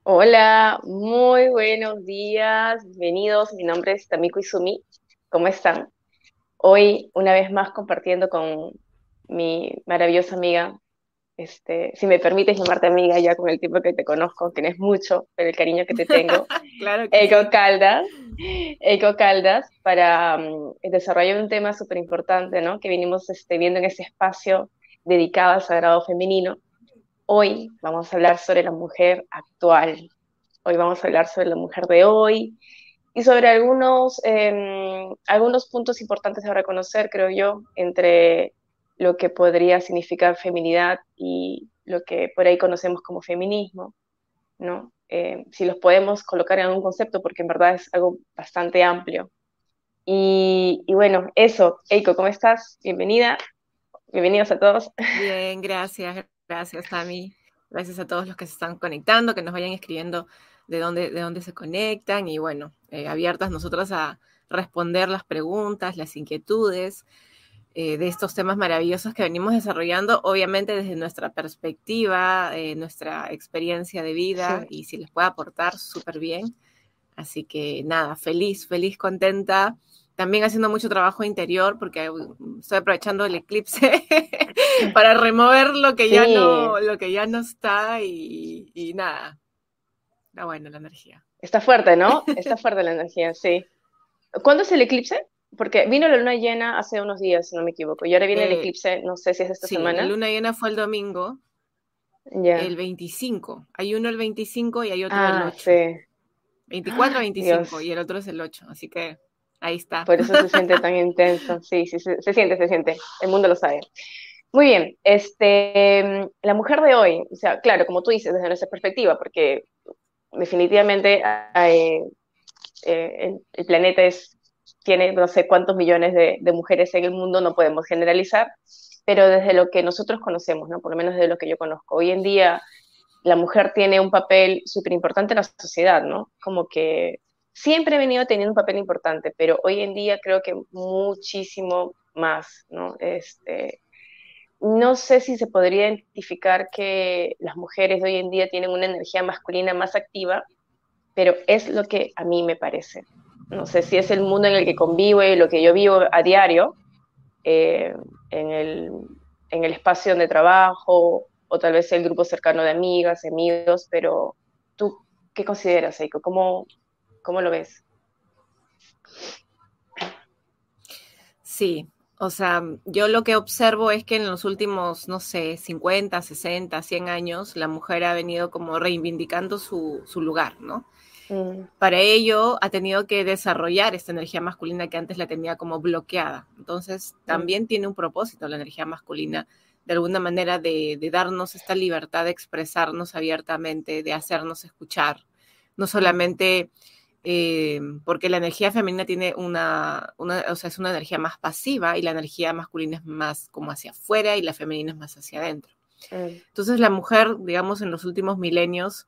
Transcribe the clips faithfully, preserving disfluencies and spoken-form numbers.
Hola, muy buenos días, bienvenidos. Mi nombre es Tamiko Izumi. ¿Cómo están? Hoy, una vez más, compartiendo con mi maravillosa amiga, este, si me permites llamarte amiga ya con el tiempo que te conozco, que no es mucho, pero el cariño que te tengo, Claro que Eiko sí. Caldas, Eiko Caldas, para mm, desarrollar un tema súper importante, ¿no? Que venimos este, viendo en este espacio dedicado al sagrado femenino. Hoy vamos a hablar sobre la mujer actual. Hoy vamos a hablar sobre la mujer de hoy y sobre algunos, eh, algunos puntos importantes a reconocer, creo yo, entre lo que podría significar feminidad y lo que por ahí conocemos como feminismo, ¿no? Eh, si los podemos colocar en un concepto, porque en verdad es algo bastante amplio. Y, y bueno, eso, Eiko, ¿cómo estás? Bienvenida, bienvenidos a todos. Bien, gracias, gracias, Tami. Gracias a todos los que se están conectando, que nos vayan escribiendo de dónde, de dónde se conectan y bueno, eh, abiertas nosotras a responder las preguntas, las inquietudes eh, de estos temas maravillosos que venimos desarrollando, obviamente desde nuestra perspectiva, eh, nuestra experiencia de vida Sí. y si les puede aportar, súper bien. Así que nada, feliz, feliz, contenta. También haciendo mucho trabajo interior porque estoy aprovechando el eclipse para remover lo que ya Sí, no, lo que ya no está y, y nada, está buena la energía. está fuerte, ¿no? Está fuerte la energía, sí. ¿Cuándo es el eclipse? Porque vino la luna llena hace unos días, si no me equivoco, y ahora viene el Eh, eclipse, no sé si es esta sí, la semana. luna llena fue el domingo, el Ya. veinticinco. Hay uno el veinticinco y hay otro el Ah, ocho. sí. veinticuatro, Ay, veinticinco Dios, y el otro es el ocho. Así que ahí está. por eso se siente tan intenso. Sí, sí, se, se siente, se siente. El mundo lo sabe. Muy bien, este, la mujer de hoy, o sea, claro, como tú dices, desde nuestra perspectiva, porque definitivamente eh, eh, el, el planeta es, tiene no sé cuántos millones de, de mujeres en el mundo, no podemos generalizar, pero desde lo que nosotros conocemos, ¿no? Por lo menos desde lo que yo conozco. Hoy en día la mujer tiene un papel súper importante en la sociedad, ¿no? Como que siempre ha venido teniendo un papel importante, pero hoy en día creo que muchísimo más, ¿no? Este, no sé si se podría identificar que las mujeres de hoy en día tienen una energía masculina más activa, pero es lo que a mí me parece. No sé si es el mundo en el que convivo y lo que yo vivo a diario, eh, en el, en el espacio donde trabajo, o tal vez el grupo cercano de amigas, amigos, pero ¿tú qué consideras, Eiko? ¿Cómo, cómo lo ves? Sí, o sea, yo lo que observo es que en los últimos, no sé, cincuenta, sesenta, cien años, la mujer ha venido como reivindicando su, su lugar, ¿no? Mm, Para ello ha tenido que desarrollar esta energía masculina que antes la tenía como bloqueada. Entonces, mm, también tiene un propósito la energía masculina, de alguna manera de, de darnos esta libertad de expresarnos abiertamente, de hacernos escuchar, no mm, solamente eh, porque la energía femenina tiene una, una, o sea, es una energía más pasiva y la energía masculina es más como hacia afuera y la femenina es más hacia adentro. mm, Entonces la mujer, digamos, en los últimos milenios,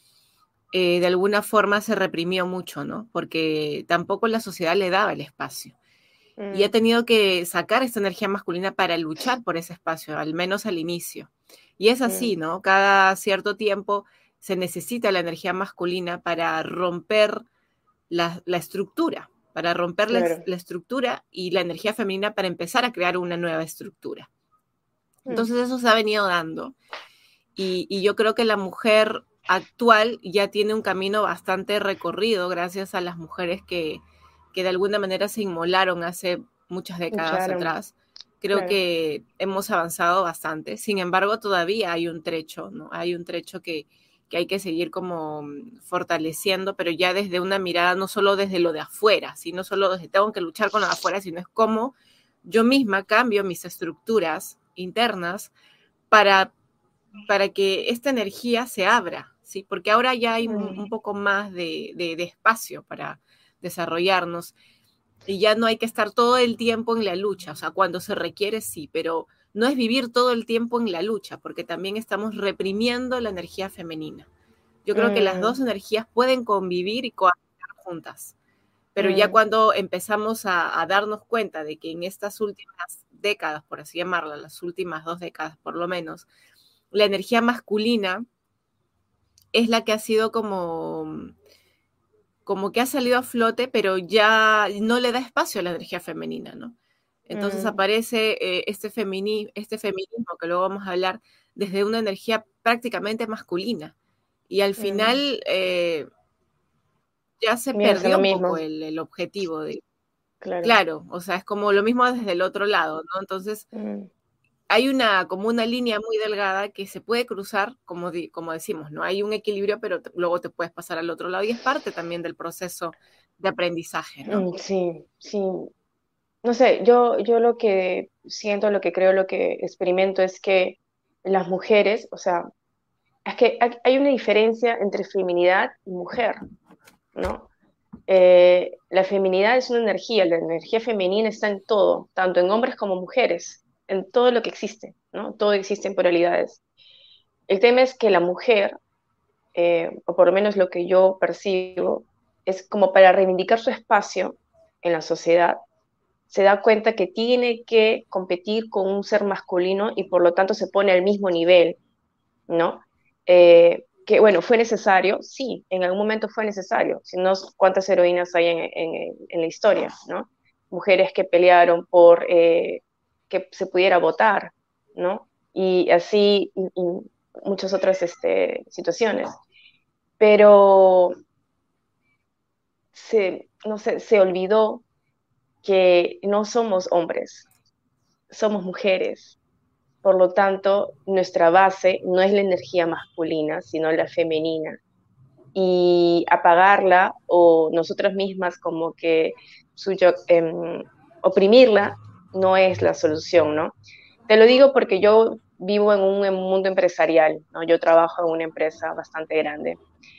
eh, de alguna forma se reprimió mucho, ¿no? Porque tampoco la sociedad le daba el espacio. Y ha mm, tenido que sacar esta energía masculina para luchar por ese espacio, al menos al inicio. Y es así, mm, ¿no? Cada cierto tiempo se necesita la energía masculina para romper la, la estructura, para romper la, claro. la, estructura y la energía femenina para empezar a crear una nueva estructura. Mm, Entonces eso se ha venido dando y, y yo creo que la mujer actual ya tiene un camino bastante recorrido gracias a las mujeres que, que de alguna manera se inmolaron hace muchas décadas lucharon, atrás. Creo claro. que hemos avanzado bastante. Sin embargo, todavía hay un trecho, ¿no? Hay un trecho que, que hay que seguir como fortaleciendo, pero ya desde una mirada, no solo desde lo de afuera, sino solo desde tengo que luchar con lo de afuera, sino es cómo yo misma cambio mis estructuras internas para para que esta energía se abra, ¿sí? Porque ahora ya hay un, Mm, un poco más de, de, de espacio para desarrollarnos y ya no hay que estar todo el tiempo en la lucha, o sea, cuando se requiere sí, pero no es vivir todo el tiempo en la lucha, porque también estamos reprimiendo la energía femenina. Yo creo que las dos mm, energías pueden convivir y cohabitar juntas, pero ya mm, cuando empezamos a, a darnos cuenta de que en estas últimas décadas, por así llamarlas, las últimas dos décadas por lo menos, la energía masculina es la que ha sido como, como que ha salido a flote, pero ya no le da espacio a la energía femenina, ¿no? Entonces Mm, aparece eh, este, femini, este feminismo, que luego vamos a hablar, desde una energía prácticamente masculina. Y al mm. final eh, ya se Viene a ser lo perdió un poco mismo, el, el objetivo de, claro. claro, o sea, es como lo mismo desde el otro lado, ¿no? Entonces Mm, hay una, como una línea muy delgada que se puede cruzar, como, di, como decimos, ¿no? Hay un equilibrio, pero te, luego te puedes pasar al otro lado y es parte también del proceso de aprendizaje, ¿no? mm, sí, sí. No sé, yo, yo lo que siento, lo que creo, lo que experimento es que las mujeres, o sea, es que hay hay una diferencia entre feminidad y mujer, ¿no? Eh, la feminidad es una energía, la energía femenina está en todo, tanto en hombres como mujeres, en todo lo que existe, ¿no? Todo existe en polaridades. El tema es que la mujer, eh, o por lo menos lo que yo percibo, es como para reivindicar su espacio en la sociedad, se da cuenta que tiene que competir con un ser masculino y por lo tanto se pone al mismo nivel, ¿no? Eh, que bueno, fue necesario, sí, en algún momento fue necesario, si no, ¿cuántas heroínas hay en, en, en la historia, ¿no? Mujeres que pelearon por eh, que se pudiera votar, ¿no? Y así, y, y muchas otras este, situaciones. Pero se, no sé, se olvidó que no somos hombres, somos mujeres. Por lo tanto, nuestra base no es la energía masculina, sino la femenina. Y apagarla o nosotras mismas como que suyo, eh, oprimirla no es la solución, ¿no? Te lo digo porque yo vivo en un, en un mundo empresarial, ¿no? Yo trabajo en una empresa bastante grande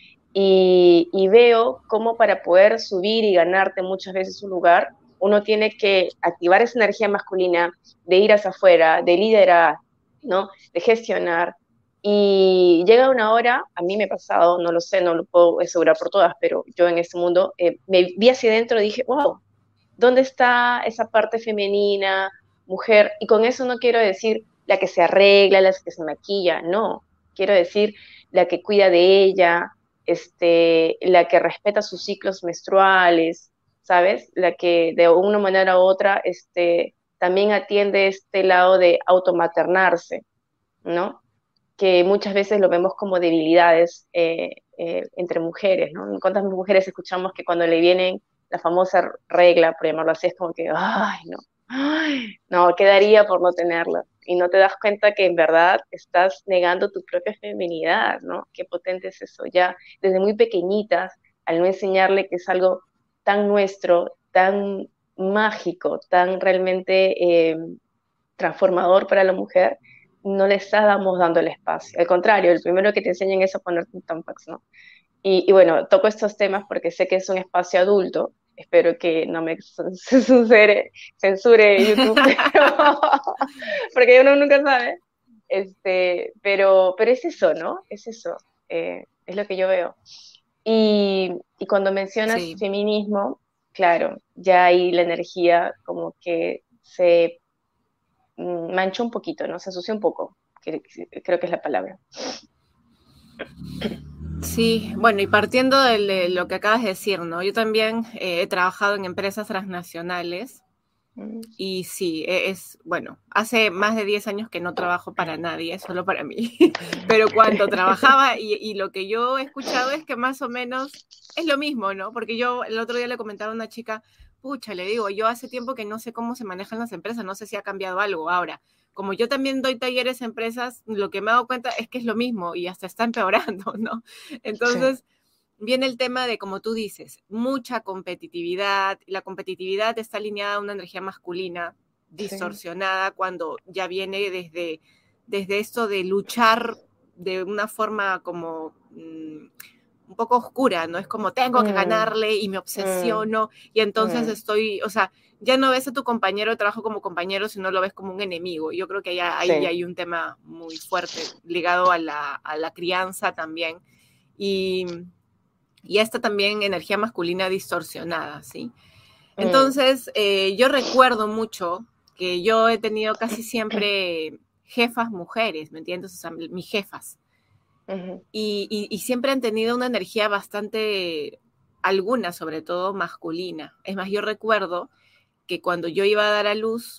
y, y veo cómo para poder subir y ganarte muchas veces un lugar, uno tiene que activar esa energía masculina de ir hacia afuera, de liderar, ¿no? De gestionar. Y llega una hora, a mí me ha pasado, no lo sé, no lo puedo asegurar por todas, pero yo en este mundo eh, me vi hacia adentro y dije, wow, ¿dónde está esa parte femenina, mujer? Y con eso no quiero decir la que se arregla, la que se maquilla, no. Quiero decir la que cuida de ella, este, la que respeta sus ciclos menstruales, ¿sabes? La que de una manera u otra este, también atiende este lado de automaternarse, ¿no? Que muchas veces lo vemos como debilidades eh, eh, entre mujeres, ¿no? ¿Cuántas mujeres escuchamos que cuando le vienen la famosa regla, por llamarlo así, es como que, ay, no, ay, no, quedaría por no tenerla? Y no te das cuenta que en verdad estás negando tu propia feminidad, ¿no? Qué potente es eso, ya desde muy pequeñitas, al no enseñarle que es algo tan nuestro, tan mágico, tan realmente eh, transformador para la mujer, no le estábamos dando el espacio. Al contrario, el primero que te enseñan es a ponerte un Tampax, ¿no? Y, y bueno, toco estos temas porque sé que es un espacio adulto. Espero que no me censure, censure YouTube, pero porque uno nunca sabe. Este, pero, pero es eso, ¿no? Es eso. Eh, es lo que yo veo. Y, y cuando mencionas Sí. feminismo, claro, ya ahí la energía como que se mm, manchó un poquito, ¿no? Se asoció un poco, que- que- creo que es la palabra. Sí, bueno, y partiendo de de lo que acabas de decir, ¿no? Yo también eh, he trabajado en empresas transnacionales Mm, y sí, e- es, bueno, hace más de diez años que no trabajo para nadie, solo para mí, pero cuando trabajaba y, y lo que yo he escuchado es que más o menos es lo mismo, ¿no? Porque yo el otro día le comentaba a una chica, pucha, le digo, yo hace tiempo que no sé cómo se manejan las empresas, no sé si ha cambiado algo ahora. Como yo también doy talleres a empresas, lo que me he dado cuenta es que es lo mismo y hasta está empeorando, ¿no? sí. Entonces, viene el tema de, como tú dices, mucha competitividad. La competitividad está alineada a una energía masculina Sí. distorsionada cuando ya viene desde, desde esto de luchar de una forma como mmm, un poco oscura, ¿no? Es como tengo que Mm, ganarle y me mm, obsesiono y entonces mm, estoy, o sea, ya no ves a tu compañero de trabajo como compañero, sino lo ves como un enemigo. Yo creo que ahí, ahí sí. hay un tema muy fuerte ligado a la, a la crianza también. Y, y esta también energía masculina distorsionada, ¿sí? Mm, Entonces, eh, yo recuerdo mucho que yo he tenido casi siempre jefas mujeres, ¿me entiendes? O sea, mis jefas. Ujú. y, y, y siempre han tenido una energía bastante, alguna sobre todo masculina. Es más, yo recuerdo que cuando yo iba a dar a luz,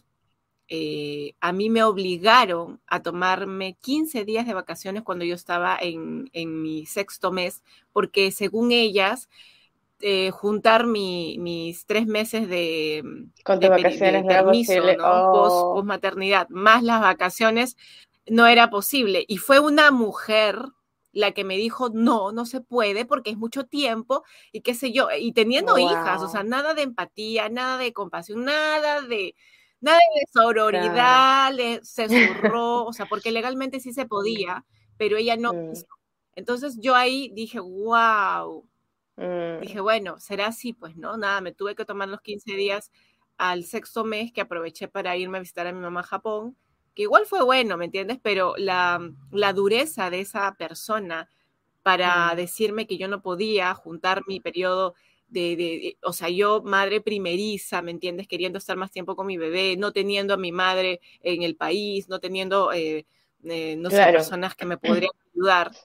eh, a mí me obligaron a tomarme quince días de vacaciones cuando yo estaba en, en mi sexto mes, porque según ellas, eh, juntar mi, mis tres meses de, Con tus de, peri- vacaciones de no era permiso, posible. ¿no? Post, Oh, post maternidad, más las vacaciones, no era posible. Y fue una mujer la que me dijo, no, no se puede porque es mucho tiempo y qué sé yo, y teniendo hijas, o sea, wow. nada de empatía, nada de compasión, nada de, nada de Claro. sororidad, le, se zurró, o sea, porque legalmente sí se podía, pero ella no quiso. Mm, Entonces yo ahí dije, wow, dije, mm, bueno, será así, pues, ¿no? Nada, me tuve que tomar los quince días al sexto mes que aproveché para irme a visitar a mi mamá a Japón, que igual fue bueno, ¿me entiendes? Pero la, la dureza de esa persona para mm, decirme que yo no podía juntar mi periodo de, de, de, o sea, yo madre primeriza, ¿me entiendes? Queriendo estar más tiempo con mi bebé, no teniendo a mi madre en el país, no teniendo, eh, eh, no sé, claro. personas que me podrían ayudar.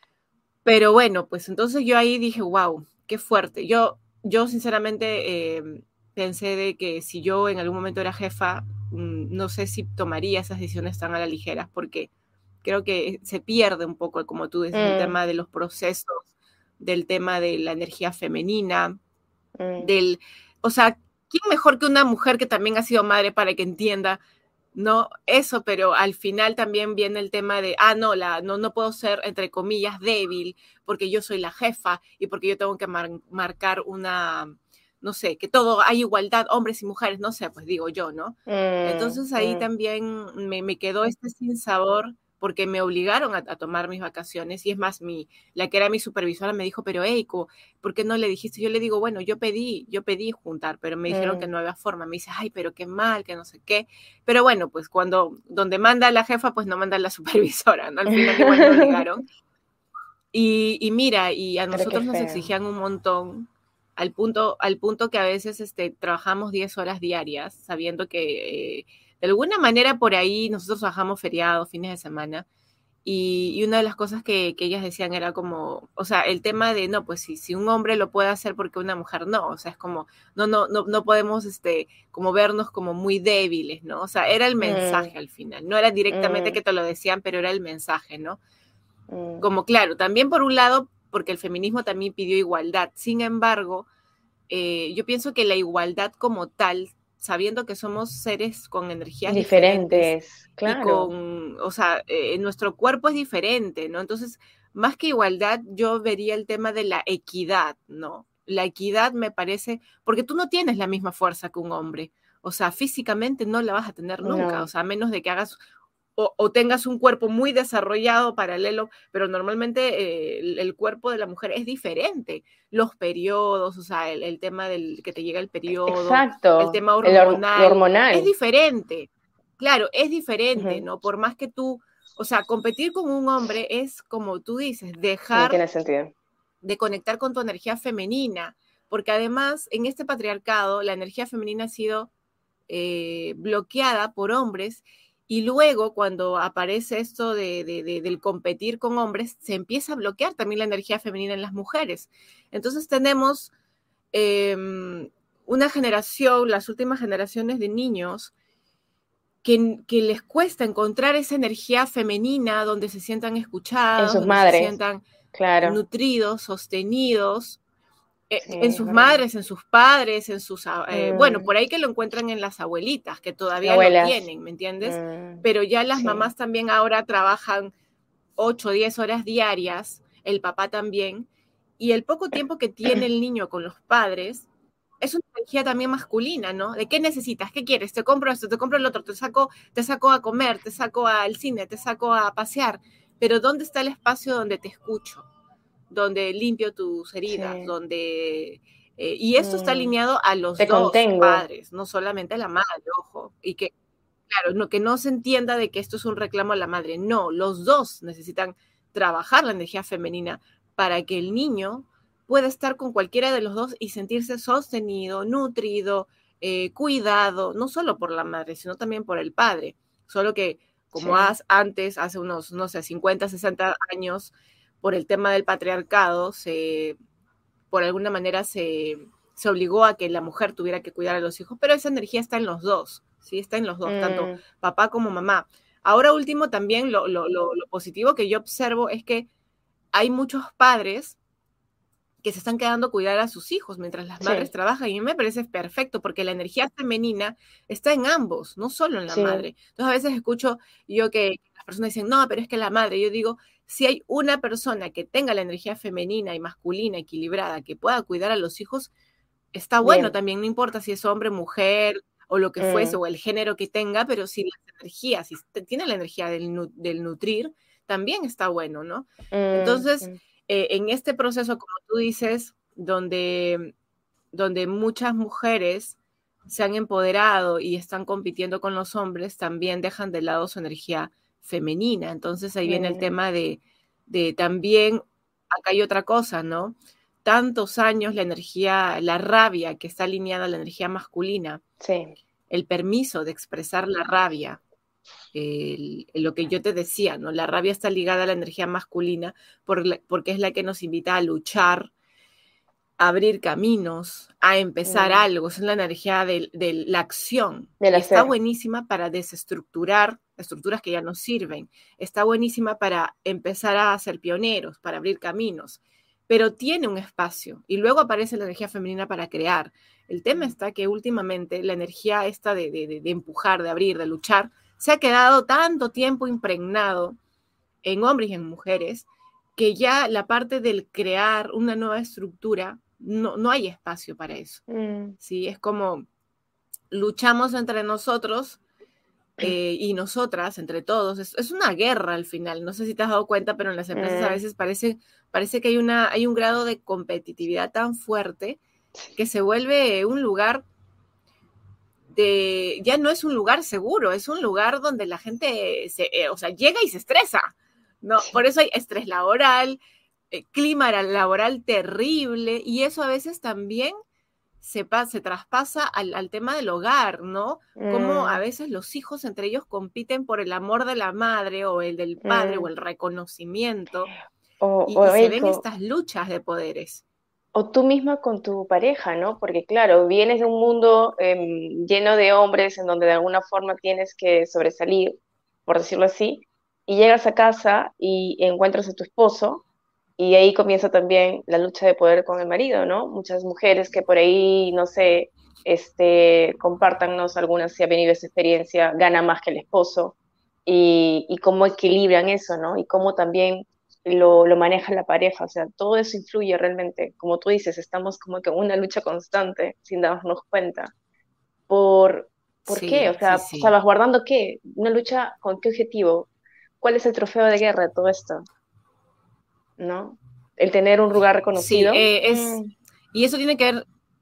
Pero bueno, pues entonces yo ahí dije, wow, qué fuerte. Yo, yo sinceramente eh, pensé de que si yo en algún momento era jefa, mmm, no sé si tomaría esas decisiones tan a la ligera, porque creo que se pierde un poco, como tú dices, el Mm, tema de los procesos, del tema de la energía femenina, mm, del, o sea, ¿quién mejor que una mujer que también ha sido madre para que entienda no eso, pero al final también viene el tema de, ah, no, la, no, no puedo ser, entre comillas, débil, porque yo soy la jefa y porque yo tengo que mar marcar una, no sé, que todo, hay igualdad, hombres y mujeres, no sé, pues digo yo, ¿no? mm, Entonces ahí mm, también me, me quedó este sinsabor porque me obligaron a, a, tomar mis vacaciones y es más, mi, la que era mi supervisora me dijo, pero Eiko, ¿por qué no le dijiste? Yo le digo, bueno, yo pedí, yo pedí juntar, pero me dijeron que mm. no había forma. Me dice, ay, pero qué mal, que no sé qué. Pero bueno, pues cuando, donde manda la jefa, pues no manda la supervisora, ¿no? Al final igual me obligaron. Y, y mira, y a Pero qué nosotros nos feo. exigían un montón, al punto, al punto que a veces este, trabajamos diez horas diarias, sabiendo que eh, de alguna manera por ahí nosotros trabajamos feriados, fines de semana, y, y, una de las cosas que, que, ellas decían era como, o sea, el tema de, no, pues si, si un hombre lo puede hacer, porque una mujer no, o sea, es como, no, no, no, no podemos, este, como vernos como muy débiles, ¿no? O sea, era el Mm, mensaje al final, no era directamente mm, que te lo decían, pero era el mensaje, ¿no? mm, Como claro, también por un lado, porque el feminismo también pidió igualdad, sin embargo, eh, yo pienso que la igualdad como tal, sabiendo que somos seres con energías diferentes diferentes, y claro. con, o sea, eh, nuestro cuerpo es diferente, ¿no? Entonces, más que igualdad, yo vería el tema de la equidad, ¿no? La equidad me parece, porque tú no tienes la misma fuerza que un hombre, o sea, físicamente no la vas a tener nunca, o No. sea, a menos de que hagas o, o, tengas un cuerpo muy desarrollado paralelo, pero normalmente eh, el, el, cuerpo de la mujer es diferente. Los periodos, o sea, el, el tema del que te llega el periodo, el Exacto. tema El hor- lo hormonal, es hormonal. diferente. Claro, es diferente, Ujú. ¿no? Por más que tú, o sea, competir con un hombre es, como tú dices, No dejar tiene sentido. de conectar con tu energía femenina, porque además en este patriarcado la energía femenina ha sido eh, bloqueada por hombres y luego cuando aparece esto de, de, de, del competir con hombres, se empieza a bloquear también la energía femenina en las mujeres. Entonces tenemos eh, una generación, las últimas generaciones de niños, que, que, les cuesta encontrar esa energía femenina donde se sientan En escuchados, sus donde se madres, sientan claro. nutridos, sostenidos, eh, Sí, en es sus verdad. madres, en sus padres, en sus, eh, bueno, Mm, por ahí que lo encuentran en las abuelitas, que todavía lo abuelas. tienen, ¿me entiendes? Mm, Pero ya las sí. mamás también ahora trabajan ocho o diez horas diarias, el papá también, y el poco tiempo que tiene el niño con los padres es una energía también masculina, ¿no? ¿De qué necesitas? ¿Qué quieres? Te compro esto, te compro el otro, te saco, te saco a comer, te saco al cine, te saco a pasear, pero ¿dónde está el espacio donde te escucho? Donde limpio tus heridas, Sí. donde... Eh, y esto está Mm, alineado a los te dos contengo. padres, no solamente a la madre, ojo, y que, claro, no, que no se entienda de que esto es un reclamo a la madre, no, los dos necesitan trabajar la energía femenina para que el niño pueda estar con cualquiera de los dos y sentirse sostenido, nutrido, eh, cuidado, no solo por la madre, sino también por el padre, solo que como Sí. has, antes, hace unos, no sé, cincuenta, sesenta años, por el tema del patriarcado, se, por alguna manera se, se obligó a que la mujer tuviera que cuidar a los hijos, pero esa energía está en los dos, ¿sí? Está en los dos, tanto Mm, papá como mamá. Ahora último, también lo, lo, lo, lo positivo que yo observo es que hay muchos padres que se están quedando a cuidar a sus hijos mientras las madres sí, trabajan. Y a mí me parece perfecto porque la energía femenina está en ambos, no solo en la sí. madre. Entonces a veces escucho yo que las personas dicen, no, pero es que la madre, yo digo, si hay una persona que tenga la energía femenina y masculina equilibrada, que pueda cuidar a los hijos, está bueno Bien. también, no importa si es hombre, mujer o lo que fuese, Mm, o el género que tenga, pero si la energía, si tiene la energía del, nu del nutrir, también está bueno, ¿no? mm, Entonces, mm, eh, en este proceso, como tú dices, donde, donde muchas mujeres se han empoderado y están compitiendo con los hombres, también dejan de lado su energía femenina. Entonces ahí viene el mm, tema de, de también, acá hay otra cosa, ¿no? Tantos años la energía, la rabia que está alineada a la energía masculina, sí. el permiso de expresar la rabia, el, lo que yo te decía, ¿no? La rabia está ligada a la energía masculina por la, porque es la que nos invita a luchar, a abrir caminos, a empezar Mm, algo, es la energía de, de la acción del y está hacer. buenísima para desestructurar estructuras que ya no sirven, está buenísima para empezar a ser pioneros, para abrir caminos, pero tiene un espacio y luego aparece la energía femenina para crear. El tema Mm, está que últimamente la energía esta de, de, de empujar, de abrir, de luchar, se ha quedado tanto tiempo impregnado en hombres y en mujeres que ya la parte del crear una nueva estructura, no, no hay espacio para eso. mm, ¿Sí? Es como luchamos entre nosotros eh, y nosotras, entre todos. Es, es, una guerra al final. No sé si te has dado cuenta, pero en las empresas a mm, veces parece, parece que hay, una, hay un grado de competitividad tan fuerte que se vuelve un lugar de, ya no es un lugar seguro, es un lugar donde la gente, se, eh, o sea, llega y se estresa, ¿no? Por sí. eso hay estrés laboral, eh, clima laboral terrible, y eso a veces también se, se traspasa al, al, tema del hogar, ¿no? Como a Mm, veces los hijos entre ellos compiten por el amor de la madre o el del padre o mm. el reconocimiento, O, y, o y se ven eso, estas luchas de poderes. o tú misma con tu pareja, ¿no? Porque claro, vienes de un mundo em, lleno de hombres en donde de alguna forma tienes que sobresalir, por decirlo así, y llegas a casa y encuentras a tu esposo y ahí comienza también la lucha de poder con el marido, ¿no? Muchas mujeres que por ahí, no sé, este, compártanos algunas si ha venido esa experiencia, gana más que el esposo y, y cómo equilibran eso, ¿no? Y cómo también lo, lo maneja la pareja, o sea, todo eso influye realmente, como tú dices, estamos como que en una lucha constante sin darnos cuenta. ¿Por, por qué? O Sí, sí, sea, sí. ¿salvaguardando qué? ¿Una lucha con qué objetivo? ¿Cuál es el trofeo de guerra de todo esto? ¿No? El tener un lugar Sí, reconocido. eh, es, Mm, y eso tiene que ver.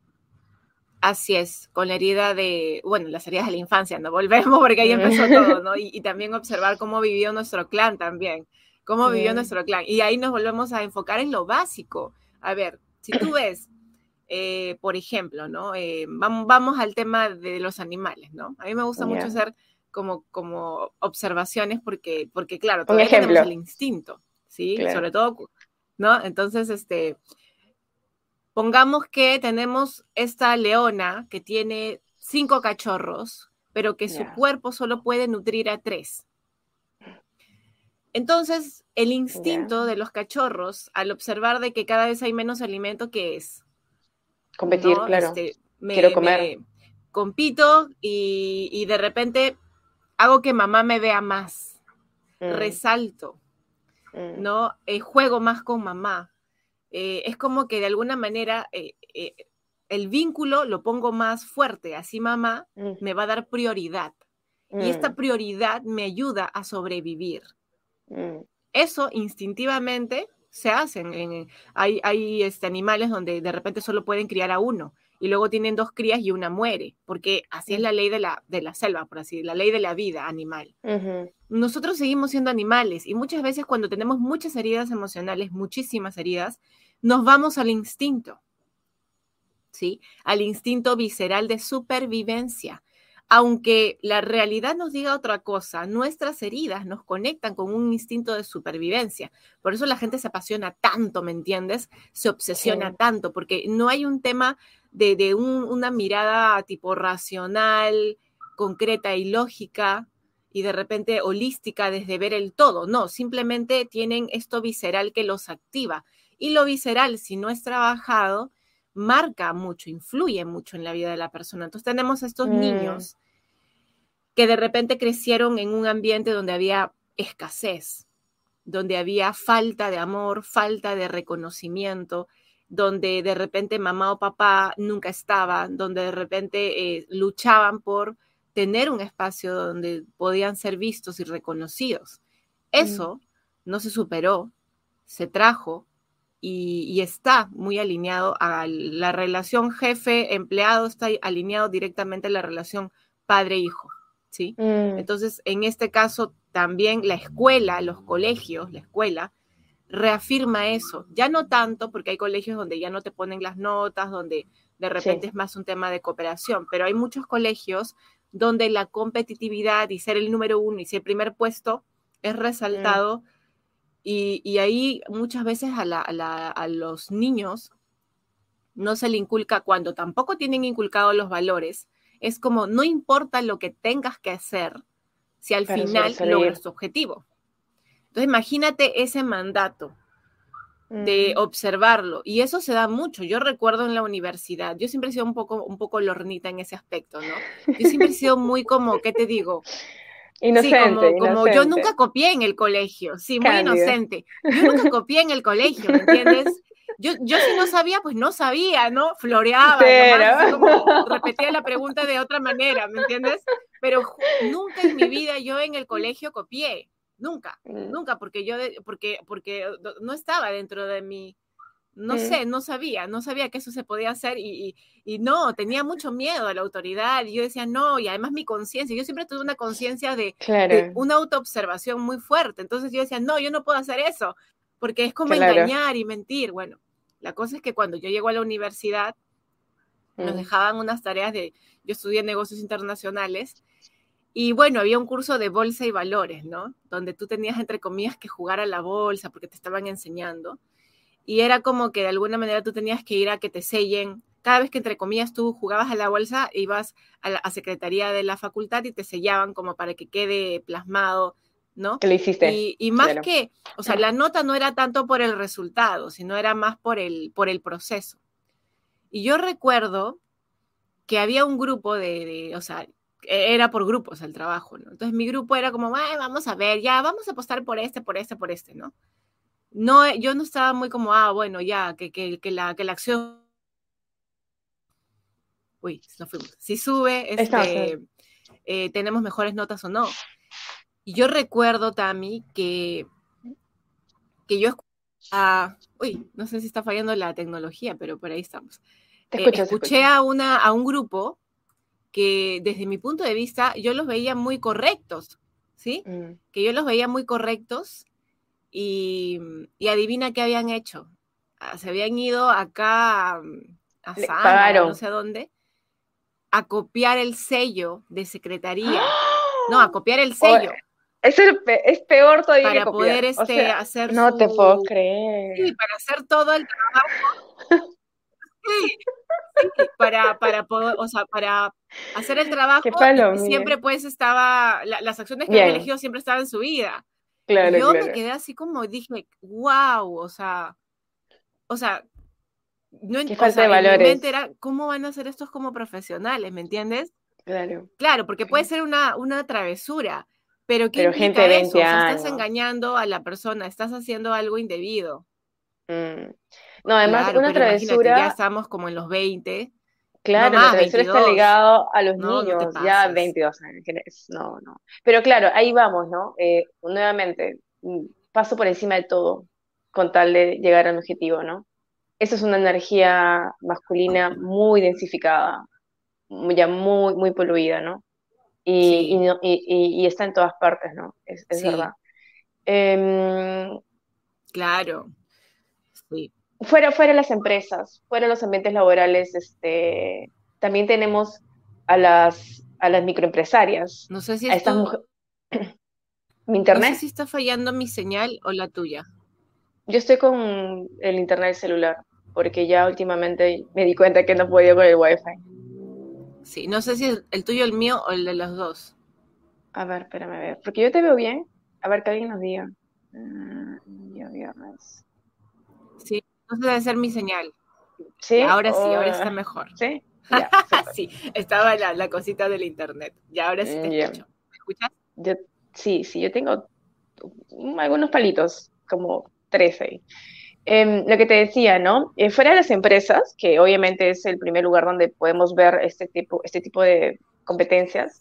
Así es, con la herida de, bueno, las heridas de la infancia, ¿no? Volvemos porque ahí empezó todo, mm. ¿no? Y, y también observar cómo vivió nuestro clan también, cómo vivió Mm, nuestro clan. Y ahí nos volvemos a enfocar en lo básico. A ver, si tú ves, eh, por ejemplo, ¿no? Eh, vamos, vamos al tema de los animales, ¿no? A mí me gusta mucho ya. hacer como, como observaciones porque, porque, claro, Un todavía tenemos el ejemplo, instinto, ¿sí? claro. Sobre todo, ¿no? Entonces, este, pongamos que tenemos esta leona que tiene cinco cachorros, pero que su Ya, cuerpo solo puede nutrir a tres. Entonces, el ya. instinto de los cachorros, al observar de que cada vez hay menos alimento, ¿qué es? Competir, ¿No? claro. Este, Quiero me, comer. me compito y, y de repente hago que mamá me vea más, Mm, resalto, mm, ¿no? Eh, juego más con mamá. Eh, es como que de alguna manera eh, eh, el vínculo lo pongo más fuerte, así mamá mm, me va a dar prioridad. Y esta mm, prioridad me ayuda a sobrevivir. mm, Eso instintivamente se hace. En, en, hay hay este, animales donde de repente solo pueden criar a uno y luego tienen dos crías y una muere, porque así es mm, la ley de la, de la selva, por así, la ley de la vida animal. ujú, Nosotros seguimos siendo animales y muchas veces cuando tenemos muchas heridas emocionales, muchísimas heridas, nos vamos al instinto, ¿sí? Al instinto visceral de supervivencia, aunque la realidad nos diga otra cosa, nuestras heridas nos conectan con un instinto de supervivencia. Por eso la gente se apasiona tanto, ¿me entiendes? Se obsesiona Sí. tanto, porque no hay un tema de, de un, una mirada tipo racional, concreta y lógica, y de repente holística desde ver el todo. No, simplemente tienen esto visceral que los activa. Y lo visceral, si no es trabajado, marca mucho, influye mucho en la vida de la persona. Entonces tenemos a estos Mm, niños que de repente crecieron en un ambiente donde había escasez, donde había falta de amor, falta de reconocimiento, donde de repente mamá o papá nunca estaban, donde de repente eh, luchaban por tener un espacio donde podían ser vistos y reconocidos. mm, Eso no se superó, se trajo y, y está muy alineado a la relación jefe-empleado, está alineado directamente a la relación padre-hijo, ¿sí? mm, Entonces, en este caso, también la escuela, los colegios, la escuela, reafirma eso. Ya no tanto, porque hay colegios donde ya no te ponen las notas, donde de repente sí. es más un tema de cooperación, pero hay muchos colegios donde la competitividad y ser el número uno y ser el primer puesto es Mm, resaltado y, y ahí muchas veces a, la, a, la, a los niños no se le inculca cuando tampoco tienen inculcados los valores. Es como, no importa lo que tengas que hacer si al para final logras sobresalir. tu objetivo. Entonces imagínate ese mandato de Mm, observarlo. Y eso se da mucho. Yo recuerdo en la universidad, yo siempre he sido un poco, un poco lornita en ese aspecto, ¿no? Yo siempre he sido muy como, ¿qué te digo? Sí, Inocente, como, como yo nunca inocente. copié en el colegio, sí, muy Cándido. inocente. Yo nunca copié en el colegio, ¿me entiendes? Yo, yo si no sabía, pues no sabía, ¿no? Floreaba nomás, así Cero. como repetía la pregunta de otra manera, ¿me entiendes? Pero nunca en mi vida yo en el colegio copié, nunca, Mm, nunca, porque yo, porque, porque no estaba dentro de mi, no mm, sé, no sabía, no sabía que eso se podía hacer y, y, y, no, tenía mucho miedo a la autoridad y yo decía, no, y además mi conciencia, yo siempre tuve una conciencia de, de claro, una autoobservación muy fuerte, entonces yo decía, no, yo no puedo hacer eso, porque es como claro. engañar y mentir. Bueno, la cosa es que cuando yo llego a la universidad, nos Mm, dejaban unas tareas de, yo estudié negocios internacionales y bueno, había un curso de bolsa y valores, ¿no? Donde tú tenías, entre comillas, que jugar a la bolsa porque te estaban enseñando y era como que de alguna manera tú tenías que ir a que te sellen. Cada vez que, entre comillas, tú jugabas a la bolsa, ibas a la a secretaría de la facultad y te sellaban como para que quede plasmado, ¿no? que lo hiciste, Y, y más claro. que, o sea, la nota no era tanto por el resultado, sino era más por el, por el proceso. Y yo recuerdo que había un grupo de, de o sea, era por grupos el trabajo, ¿no? Entonces mi grupo era como, vamos a ver, ya, vamos a apostar por este, por este, por este, ¿no? No, yo no estaba muy como, ah, bueno, ya, que, que, que, la, que la acción, uy, nos fuimos, si sube, Estamos en... este, eh, tenemos mejores notas o no. Y yo recuerdo, Tami, que, que yo escuchaba, uy, no sé si está fallando la tecnología, pero por ahí estamos. Te Eh, escucho, te escuché escucho. a, una, a un grupo que desde mi punto de vista yo los veía muy correctos, ¿sí? Mm. Que yo los veía muy correctos y, y adivina qué habían hecho. Ah, se habían ido acá a, a Le Zángara, no pagaron. sé a dónde, a copiar el sello de secretaría. No, a ¡Ah! copiar el O- sello es, el pe- es peor todavía que para poder copiar. O este, sea, hacer no te puedo su... creer. Sí, para hacer todo el trabajo. Sí, sí, para, para poder, o sea, para hacer el trabajo Qué y, palo, y Miguel. siempre pues estaba, la, las acciones que habían Bien, elegido siempre estaban subidas. Y claro, yo me claro. quedé así como dije, wow, o sea, o sea, no, Qué o falta de sea, en mi mente valores. era, ¿cómo van a hacer estos como profesionales? ¿Me entiendes? Claro. Claro, porque puede ser una, una travesura, pero ¿qué Pero gente de implica eso? veinte O sea, estás años. engañando a la persona, estás haciendo algo indebido. Mm. No, además, Claro, una pero imagínate, ya travesura, estamos como en los veinte, no claro, la más, travesura está veintidós. ligado a los No, no te niños, ya pases. veintidós años. que es- No, no. Pero claro, ahí vamos, ¿no? Eh, nuevamente, mm, paso por encima de todo con tal de llegar a un objetivo, ¿no? Esa es una energía masculina muy densificada, muy- ya muy, muy poluida, ¿no? Y, y, Sí, no- y- y- y está en todas partes, ¿no? Es, es verdad. sí, Em, claro, sí, fuera, fuera de las empresas, fuera de los ambientes laborales, este, también tenemos a las, a las microempresarias, No sé si a es estas tu, mujeres. ¿Mi no sé internet? si está fallando mi señal o la tuya. Yo estoy con el internet celular, porque ya últimamente me di cuenta que no podía con el wifi. Sí, no sé si es el tuyo, el mío o el de los dos. A ver, espérame a ver, porque yo te veo bien. A ver, que alguien nos diga. Mm, ya viernes. Sí, no sé, debe ser mi señal. Y ¿Sí? ahora sí, ahora O- está mejor. ¿Sí? Ya, súper. Sí, estaba la, la cosita del internet. Y ahora sí te Mm, ya. escucho. ¿Me escuchas? Yo, sí, sí, yo tengo mm, algunos palitos, como tres ahí. Em, lo que te decía, ¿no? Eh, fuera de las empresas, que obviamente es el primer lugar donde podemos ver este tipo, este tipo de competencias,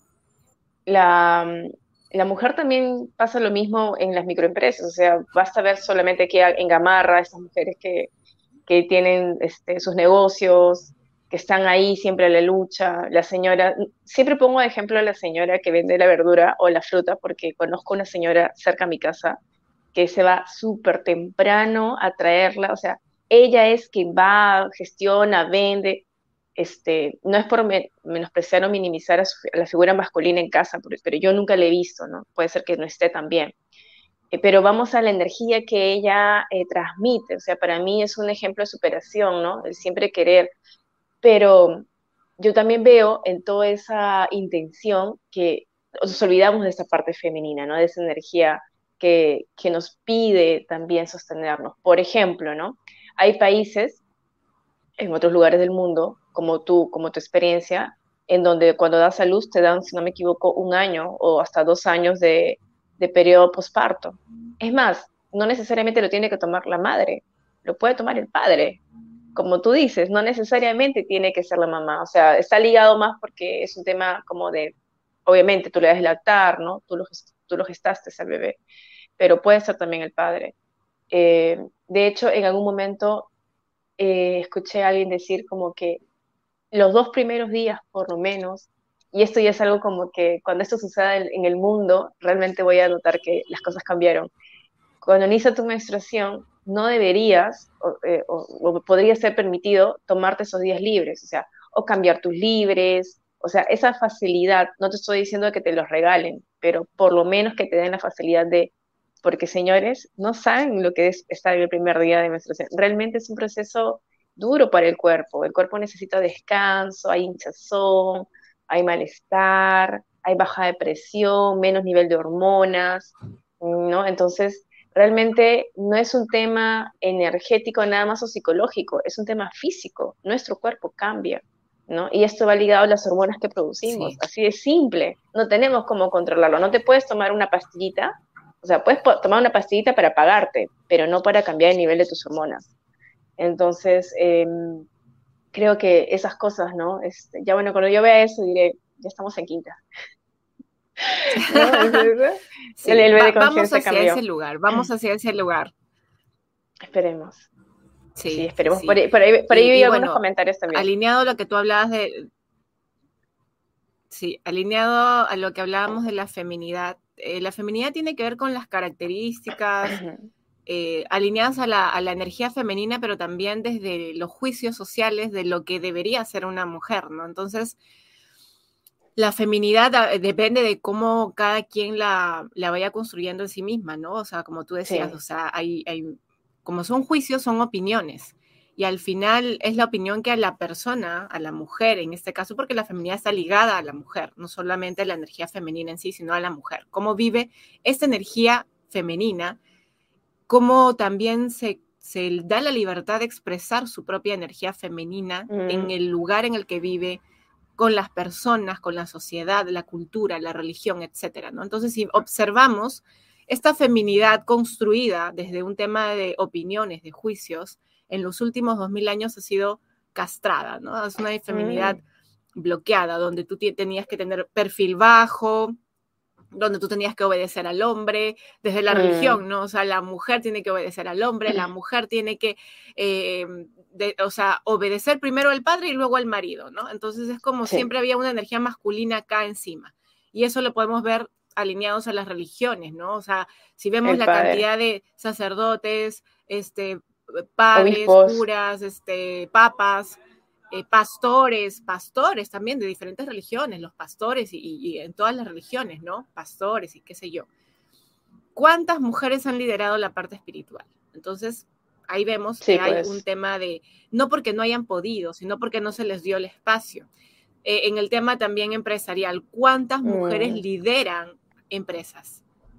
la, mm, la mujer también pasa lo mismo en las microempresas, o sea, basta ver solamente que en Gamarra, estas mujeres que, que tienen este, sus negocios, que están ahí siempre a la lucha, la señora, siempre pongo de ejemplo a la señora que vende la verdura o la fruta, porque conozco una señora cerca a mi casa que se va súper temprano a traerla, o sea, ella es quien va, gestiona, vende, este, no es por me- menospreciar o minimizar a, su- a la figura masculina en casa, pero, pero yo nunca la he visto, ¿no? Puede ser que no esté tan bien. Eh, pero vamos a la energía que ella eh, transmite, o sea, para mí es un ejemplo de superación, ¿no? El siempre querer, pero yo también veo en toda esa intención que nos olvidamos de esta parte femenina, ¿no? De esa energía que, que nos pide también sostenernos. Por ejemplo, ¿no? Hay países en otros lugares del mundo, como tú, como tu experiencia, en donde cuando das a luz te dan, si no me equivoco, un año o hasta dos años de, de periodo posparto. Es más, no necesariamente lo tiene que tomar la madre, lo puede tomar el padre. Como tú dices, no necesariamente tiene que ser la mamá, o sea, está ligado más porque es un tema como de, obviamente tú le das lactar, ¿no? Tú lo, tú lo gestaste al bebé, pero puede ser también el padre. Eh, de hecho, en algún momento eh, escuché a alguien decir como que los dos primeros días, por lo menos, y esto ya es algo como que cuando esto suceda en, en el mundo, realmente voy a notar que las cosas cambiaron. Cuando inicia tu menstruación, no deberías, o, eh, o, o podría ser permitido, tomarte esos días libres, o sea, o cambiar tus libres, o sea, esa facilidad, no te estoy diciendo que te los regalen, pero por lo menos que te den la facilidad de, porque señores, no saben lo que es estar en el primer día de menstruación. Realmente es un proceso duro para el cuerpo. El cuerpo necesita descanso, hay hinchazón, hay malestar, hay baja de presión, menos nivel de hormonas, ¿no? Entonces, realmente no es un tema energético nada más o psicológico, es un tema físico. Nuestro cuerpo cambia, ¿no? Y esto va ligado a las hormonas que producimos, Sí, así de simple. No tenemos cómo controlarlo. No te puedes tomar una pastillita, o sea, puedes po- tomar una pastillita para apagarte, pero no para cambiar el nivel de tus hormonas. Entonces, eh, creo que esas cosas, ¿no? Este, ya bueno, cuando yo vea eso diré, ya estamos en quinta, ¿no? Es- es- el sí, nivel va- de vamos conciencia hacia ese cambió. lugar, vamos hacia ese lugar. Esperemos. Sí, Sí, sí, esperemos. Por sí. ahí, por ahí, por ahí Y, vi y algunos bueno, comentarios también. alineado a lo que tú hablabas de, sí, alineado a lo que hablábamos de la feminidad, eh, la feminidad tiene que ver con las características eh, alineadas a la, a la energía femenina, pero también desde los juicios sociales de lo que debería ser una mujer, ¿no? Entonces, la feminidad ah, depende de cómo cada quien la, la vaya construyendo en sí misma, ¿no? O sea, como tú decías, o Sí, sea, hay, hay, como son juicios, son opiniones. Y al final es la opinión que a la persona, a la mujer en este caso, porque la feminidad está ligada a la mujer, no solamente a la energía femenina en sí, sino a la mujer. Cómo vive esta energía femenina, cómo también se, se da la libertad de expresar su propia energía femenina en mm, el lugar en el que vive, con las personas, con la sociedad, la cultura, la religión, etcétera, ¿no? Entonces, si observamos esta feminidad construida desde un tema de opiniones, de juicios, en los últimos dos mil años ha sido castrada, ¿no? Es una feminidad mm, bloqueada, donde tú tenías que tener perfil bajo, donde tú tenías que obedecer al hombre, desde la mm, religión, ¿no? O sea, la mujer tiene que obedecer al hombre, la mujer tiene que, eh, de, o sea, obedecer primero al padre y luego al marido, ¿no? Entonces es como sí, siempre había una energía masculina acá encima. Y eso lo podemos ver alineados a las religiones, ¿no? O sea, si vemos el la padre. cantidad de sacerdotes, este, padres, Obispos, curas, este, papas, eh, pastores, pastores también de diferentes religiones, los pastores y, y en todas las religiones, ¿no? Pastores y qué sé yo. ¿Cuántas mujeres han liderado la parte espiritual? Entonces, ahí vemos Sí, que hay pues. un tema de, no porque no hayan podido, sino porque no se les dio el espacio. Eh, en el tema también empresarial, ¿cuántas mujeres Mm, lideran empresas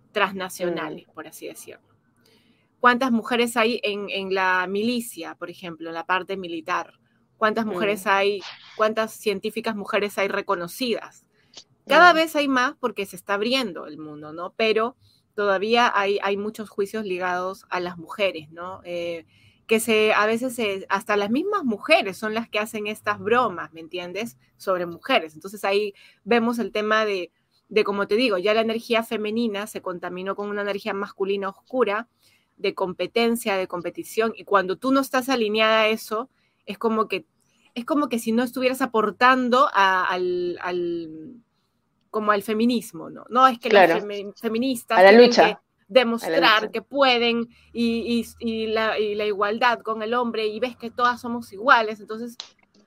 mm, transnacionales, por así decirlo? ¿Cuántas mujeres hay en, en la milicia, por ejemplo, en la parte militar? ¿Cuántas mujeres mm, hay, cuántas científicas mujeres hay reconocidas? Cada mm, vez hay más porque se está abriendo el mundo, ¿no? Pero todavía hay, hay muchos juicios ligados a las mujeres, ¿no? Eh, que se, a veces se, hasta las mismas mujeres son las que hacen estas bromas, ¿me entiendes? Sobre mujeres. Entonces ahí vemos el tema de, de, como te digo, ya la energía femenina se contaminó con una energía masculina oscura, de competencia, de competición, y cuando tú no estás alineada a eso, es como que, es como que si no estuvieras aportando a, al, al como al feminismo, ¿no? No es que las claro, femi a feministas la tienen que lucha, a la lucha. demostrar que pueden y, y, y, la, y, la, igualdad con el hombre y ves que todas somos iguales. Entonces,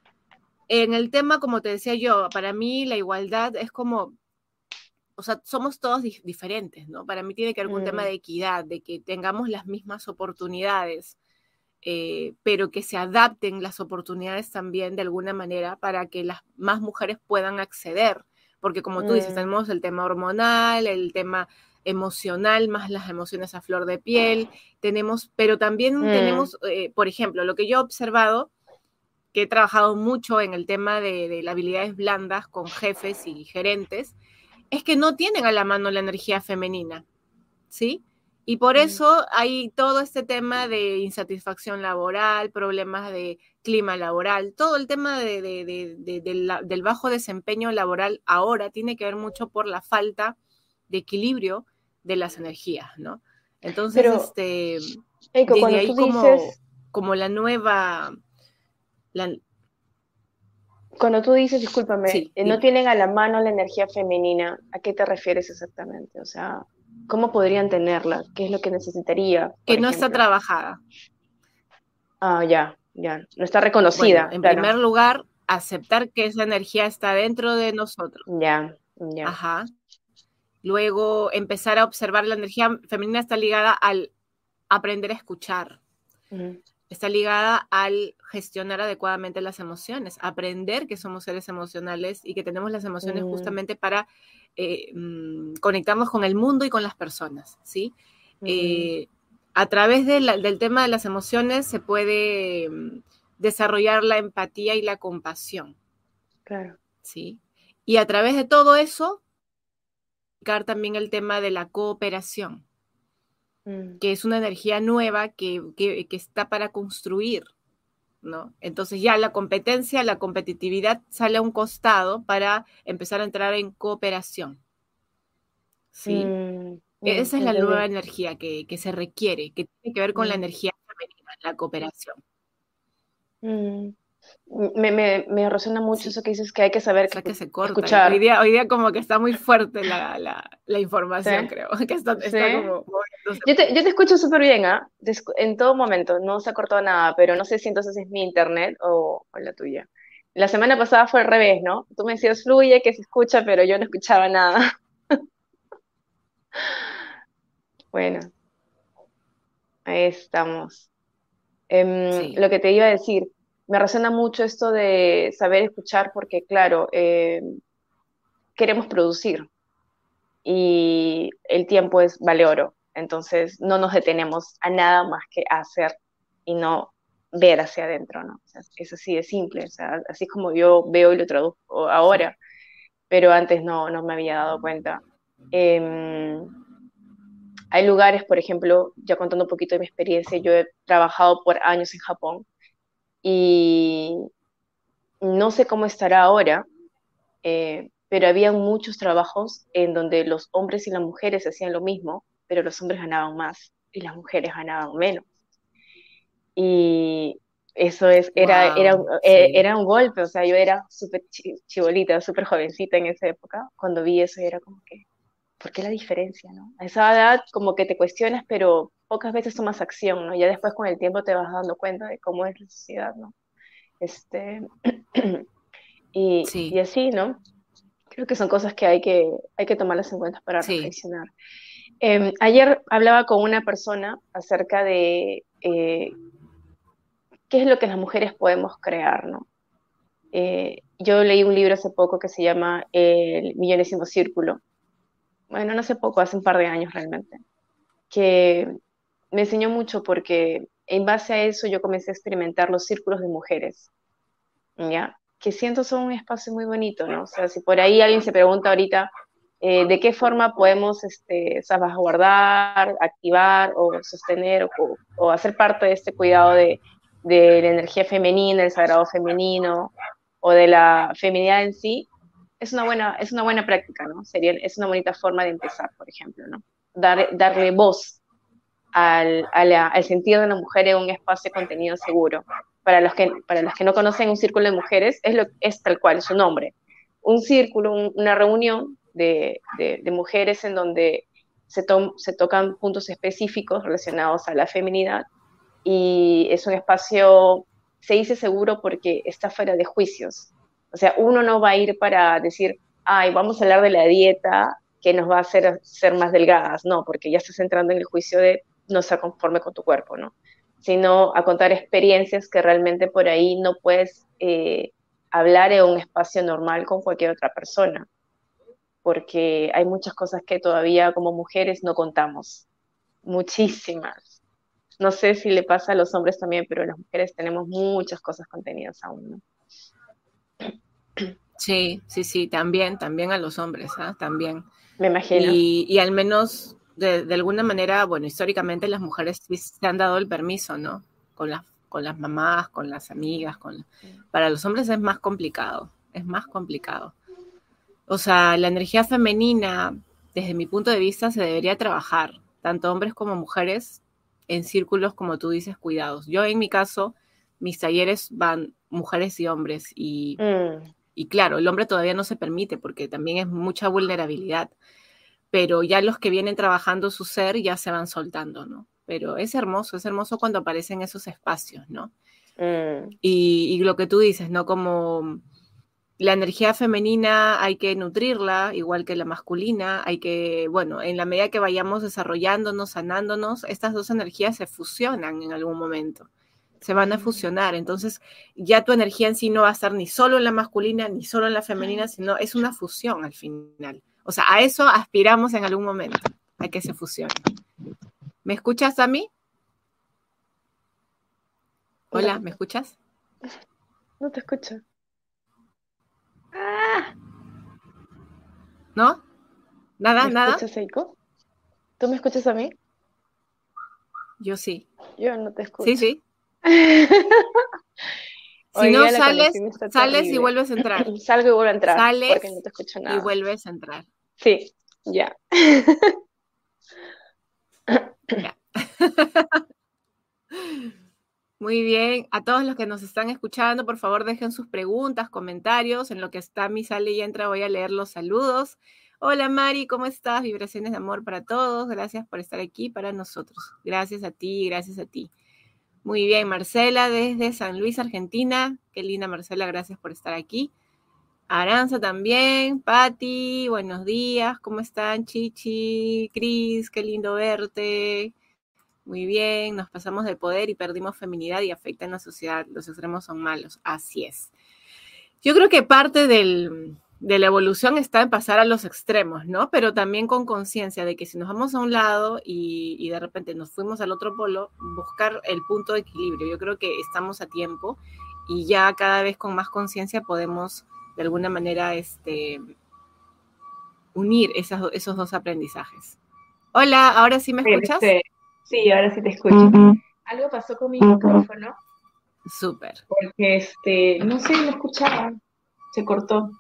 en el tema, como te decía yo, para mí la igualdad es como, o sea, somos todos di diferentes, ¿no? Para mí tiene que ver con un tema Mm, de equidad, de que tengamos las mismas oportunidades, eh, pero que se adapten las oportunidades también de alguna manera para que las más mujeres puedan acceder, porque como tú dices, mm, tenemos el tema hormonal, el tema emocional, más las emociones a flor de piel, tenemos, pero también mm, tenemos, eh, por ejemplo, lo que yo he observado, que he trabajado mucho en el tema de, de las habilidades blandas con jefes y gerentes, es que no tienen a la mano la energía femenina. ¿Sí? Y por mm, eso hay todo este tema de insatisfacción laboral, problemas de clima laboral, todo el tema de, de, de, de, de la, del bajo desempeño laboral ahora tiene que ver mucho por la falta de equilibrio de las energías, ¿no? Entonces, pero, este, Eiko, desde cuando tú ahí como, dices, como la nueva, la, cuando tú dices, discúlpame, sí, eh, no dime, tienen a la mano la energía femenina, ¿a qué te refieres exactamente? O sea, ¿cómo podrían tenerla? ¿Qué es lo que necesitaría, que por no está ejemplo? trabajada. Ah, ya, ya, no está Bueno, reconocida, en claro. primer lugar, aceptar que esa energía está dentro de nosotros. Ya, ya. Ajá. Luego, empezar a observar la energía femenina está ligada al aprender a escuchar, Mm, está ligada al gestionar adecuadamente las emociones, aprender que somos seres emocionales y que tenemos las emociones mm, justamente para eh, mmm, conectarnos con el mundo y con las personas, ¿sí? mm, Eh, a través de la, del tema de las emociones se puede mmm, desarrollar la empatía y la compasión, claro. ¿sí? Y a través de todo eso, también el tema de la cooperación, Mm, que es una energía nueva que, que, que está para construir, ¿no? Entonces ya la competencia, la competitividad sale a un costado para empezar a entrar en cooperación, ¿sí? mm, mm, Esa es la nueva entendí. energía que, que se requiere, que tiene que ver con la Mm, energía femenina, la cooperación, mm. Me, me, me resuena mucho ¿sí? eso que dices que hay que saber O que sea que escu- se corta. Hoy escuchar. día, hoy día como que está muy fuerte la, la, la ¿Sí? información, creo, que está, está ¿Sí? como moviéndose Yo te, mucho. yo te escucho súper bien, ¿ah? Te escu- En todo momento, no se ha cortado nada, pero no sé si entonces es mi internet o, o la tuya. La semana pasada fue al revés, ¿no? Tú me decías fluye, que se escucha, pero yo no escuchaba nada. Bueno, ahí estamos. Em, Sí. lo que te iba a decir, me resuena mucho esto de saber escuchar porque, claro, em, queremos producir y el tiempo es vale oro. Entonces no nos detenemos a nada más que a hacer y no ver hacia adentro, ¿no? O sea, es así de simple, o sea, así es como yo veo y lo traduzco ahora, pero antes no, no me había dado cuenta. Em, Hay lugares, por ejemplo, ya contando un poquito de mi experiencia, yo he trabajado por años en Japón y no sé cómo estará ahora, eh, pero había muchos trabajos en donde los hombres y las mujeres hacían lo mismo, pero los hombres ganaban más y las mujeres ganaban menos. Y eso es, era, era, Wow, un- eh, sí. era un golpe, o sea, yo era súper chi- chibolita, súper jovencita en esa época, cuando vi eso era como que, ¿por qué la diferencia, no? A esa edad como que te cuestionas, pero pocas veces tomas acción, ¿no? Ya después con el tiempo te vas dando cuenta de cómo es la sociedad, ¿no? Este, y, Sí, y así, ¿no? Creo que son cosas que hay que, hay que tomarlas en cuenta para sí, reflexionar. Eh, ayer hablaba con una persona acerca de eh, qué es lo que las mujeres podemos crear, ¿no? Eh, yo leí un libro hace poco que se llama El Millonésimo Círculo. Bueno, no hace poco, hace un par de años realmente, que me enseñó mucho porque en base a eso yo comencé a experimentar los círculos de mujeres, ¿ya? Que siento son un espacio muy bonito, ¿no? O sea, si por ahí alguien se pregunta ahorita eh, de qué forma podemos este, salvaguardar, activar o sostener o, o hacer parte de este cuidado de, de la energía femenina, el sagrado femenino o de la feminidad en sí, es una buena, es una buena práctica, ¿no? Sería, es una bonita forma de empezar, por ejemplo, ¿no? Dar, darle voz al, a la- al sentir de la mujer en un espacio de contenido seguro. Para los que, para los que no conocen un círculo de mujeres, es, lo, es tal cual su nombre. Un círculo, un- una reunión de, de, de mujeres en donde se, to, se tocan puntos específicos relacionados a la feminidad y es un espacio, se dice seguro porque está fuera de juicios. O sea, uno no va a ir para decir, ay, vamos a hablar de la dieta que nos va a hacer ser más delgadas, no, porque ya estás entrando en el juicio de no estar conforme con tu cuerpo, ¿no? Sino a contar experiencias que realmente por ahí no puedes eh, hablar en un espacio normal con cualquier otra persona, porque hay muchas cosas que todavía como mujeres no contamos, muchísimas. No sé si le pasa a los hombres también, pero las mujeres tenemos muchas cosas contenidas aún, ¿no? sí, sí, sí, también, también a los hombres, ¿ah? También. Me imagino. Y, y al menos de, de alguna manera, bueno, históricamente las mujeres sí se han dado el permiso, ¿no? Con las, con las mamás, con las amigas, con... Para los hombres es más complicado, es más complicado. O sea, la energía femenina, desde mi punto de vista, se debería trabajar, tanto hombres como mujeres, en círculos, como tú dices, cuidados. Yo, en mi caso, mis talleres van mujeres y hombres, y, Mm, y claro, el hombre todavía no se permite porque también es mucha vulnerabilidad, pero ya los que vienen trabajando su ser ya se van soltando, ¿no? Pero es hermoso, es hermoso cuando aparecen esos espacios, ¿no? mm, Y, y lo que tú dices, ¿no? Como la energía femenina hay que nutrirla, igual que la masculina, hay que, bueno, en la medida que vayamos desarrollándonos, sanándonos, estas dos energías se fusionan en algún momento, se van a mm. fusionar, entonces ya tu energía en sí no va a estar ni solo en la masculina, ni solo en la femenina, sino es una fusión al final. O sea, a eso aspiramos en algún momento, a que se fusione. ¿Me escuchas a mí? Hola, Hola, ¿me papá. escuchas? No te escucho. Ah, ¿No? ¿Nada? ¿me ¿Nada? escuchas, Eiko? ¿Tú me escuchas a mí? Yo sí. Yo no te Sí, escucho. sí. Si Hoy no día la sales, conexión está sales y terrible. vuelves a entrar. Salgo y vuelvo a entrar porque no Sales te escucho y nada. vuelves a entrar. Sí, ya. Ya. Muy bien. A todos los que nos están escuchando, por favor, dejen sus preguntas, comentarios. En lo que está mi sale y entra, voy a leer los saludos. Hola Mari, ¿cómo estás? Vibraciones de amor para todos. Gracias por estar aquí para nosotros. Gracias a ti, gracias a ti. Muy bien, Marcela desde San Luis, Argentina. Qué linda Marcela, gracias por estar aquí. Aranza también, Patti, buenos días, ¿cómo están? Chichi, Cris, qué lindo verte. Muy bien, nos pasamos del poder y perdimos feminidad y afecta en la sociedad. Los extremos son malos, así es. Yo creo que parte del, de la evolución está en pasar a los extremos, ¿no? Pero también con conciencia de que si nos vamos a un lado y, y de repente nos fuimos al otro polo, buscar el punto de equilibrio. Yo creo que estamos a tiempo y ya cada vez con más conciencia podemos de alguna manera este, unir esas, esos dos aprendizajes. Hola, ¿ahora sí me escuchas? Regresé. Sí, ahora sí te escucho. Uh-huh. Algo pasó con mi micrófono Súper. porque este, no sé, no escuchaba, se cortó.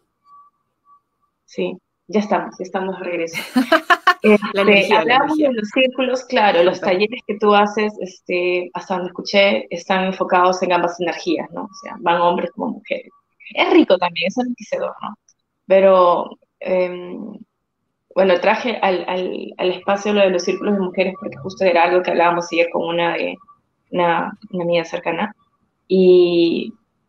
Sí, ya estamos, ya estamos de regreso. La Este, energía, la hablábamos de energía. los círculos, claro, los Súper. talleres que tú haces, este, hasta donde escuché, están enfocados en ambas energías, ¿no? O sea, van hombres como mujeres. Es rico también, es enriquecedor, ¿no? Pero, eh, bueno, traje al, al, al espacio lo de los círculos de mujeres porque justo era algo que hablábamos ayer con una, de, una, una amiga cercana. Y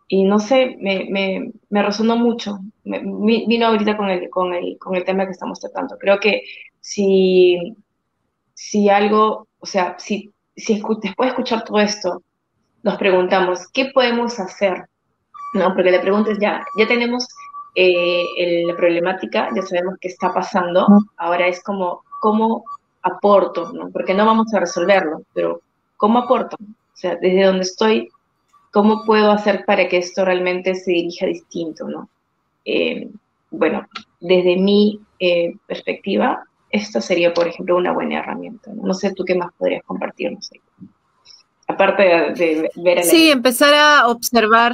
y no sé, me, me, me resonó mucho. Me, vi- vino ahorita con el, con el, con el tema que estamos tratando. Creo que si, si algo, o sea, si, si escu- después de escuchar todo esto, nos preguntamos, ¿qué podemos hacer? ¿No? Porque la pregunta es ya, ya tenemos eh, el- la problemática, ya sabemos qué está pasando, ahora es como, ¿cómo aporto? ¿No? Porque no vamos a resolverlo, pero ¿cómo aporto? O sea, desde donde estoy, ¿cómo puedo hacer para que esto realmente se dirija distinto? ¿No? Eh, bueno, desde mi eh, perspectiva, esto sería, por ejemplo, una buena herramienta. No, no sé tú qué más podrías compartirnos ahí. Aparte de, de ver a la Sí, niña. empezar a observar,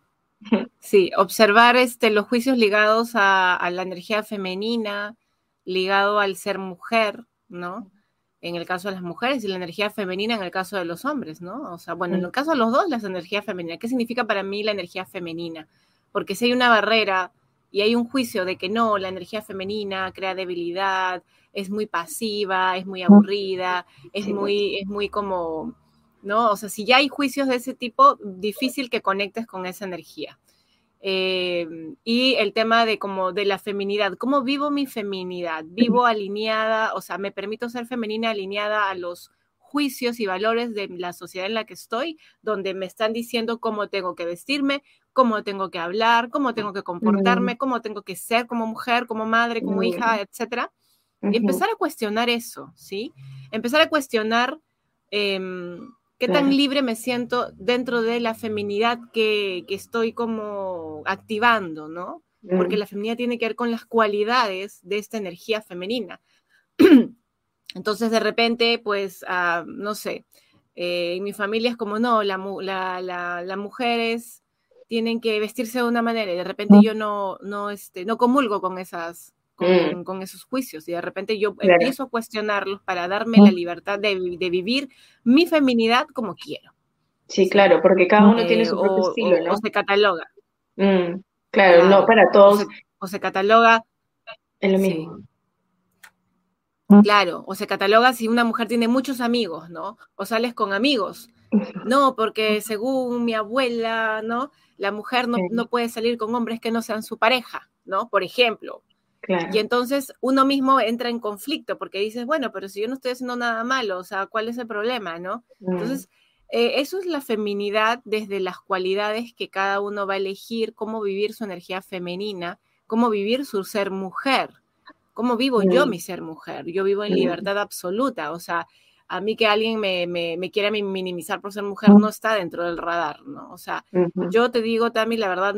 sí, observar este, los juicios ligados a, a la energía femenina, ligado al ser mujer, ¿no? En el caso de las mujeres y la energía femenina en el caso de los hombres, ¿no? O sea, bueno, en el caso de los dos, la energía femenina. ¿Qué significa para mí la energía femenina? Porque si hay una barrera y hay un juicio de que no, la energía femenina crea debilidad, es muy pasiva, es muy aburrida, es Sí, pues. muy, es muy como, ¿no? O sea, si ya hay juicios de ese tipo, difícil que conectes con esa energía. Eh, y el tema de como de la feminidad, ¿cómo vivo mi feminidad? Vivo alineada, o sea, me permito ser femenina alineada a los juicios y valores de la sociedad en la que estoy, donde me están diciendo cómo tengo que vestirme, cómo tengo que hablar, cómo tengo que Mm, comportarme, cómo tengo que ser como mujer, como madre, como mm, hija, etcétera. Y ujú, empezar a cuestionar eso, ¿sí? Empezar a cuestionar eh, qué tan claro. libre me siento dentro de la feminidad que, que estoy como activando, ¿no? Porque Mm, la feminidad tiene que ver con las cualidades de esta energía femenina. Entonces, de repente, pues, uh, no sé, eh, en mi familia es como, no, la, la, la, las mujeres tienen que vestirse de una manera y de repente yo no, no, este, no comulgo con, esas, con, mm, con, con esos juicios y de repente yo claro. empiezo a cuestionarlos para darme la libertad de, de vivir mi feminidad como quiero, Sí, ¿sí? claro, porque cada uno tiene Eh, su propio o, estilo, o, o ¿no? se cataloga, Mm, claro, no claro, para o todos se, o se cataloga, es lo sí. mismo. Claro, o se cataloga si una mujer tiene muchos amigos, ¿no? O sales con amigos. No, porque según mi abuela, ¿no? La mujer no, Sí, no puede salir con hombres que no sean su pareja, ¿no? Por ejemplo. Y claro. entonces uno mismo entra en conflicto porque dices, bueno, pero si yo no estoy haciendo nada malo, o sea, ¿cuál es el problema, no? Mm, Entonces, eh, eso es la feminidad desde las cualidades que cada uno va a elegir, cómo vivir su energía femenina, cómo vivir su ser mujer. ¿Cómo vivo yo mm, mi ser mujer? Yo vivo en mm, libertad absoluta, o sea, a mí que alguien me, me, me quiera minimizar por ser mujer no está dentro del radar, ¿no? O sea, ujú, yo te digo, Tami, la verdad,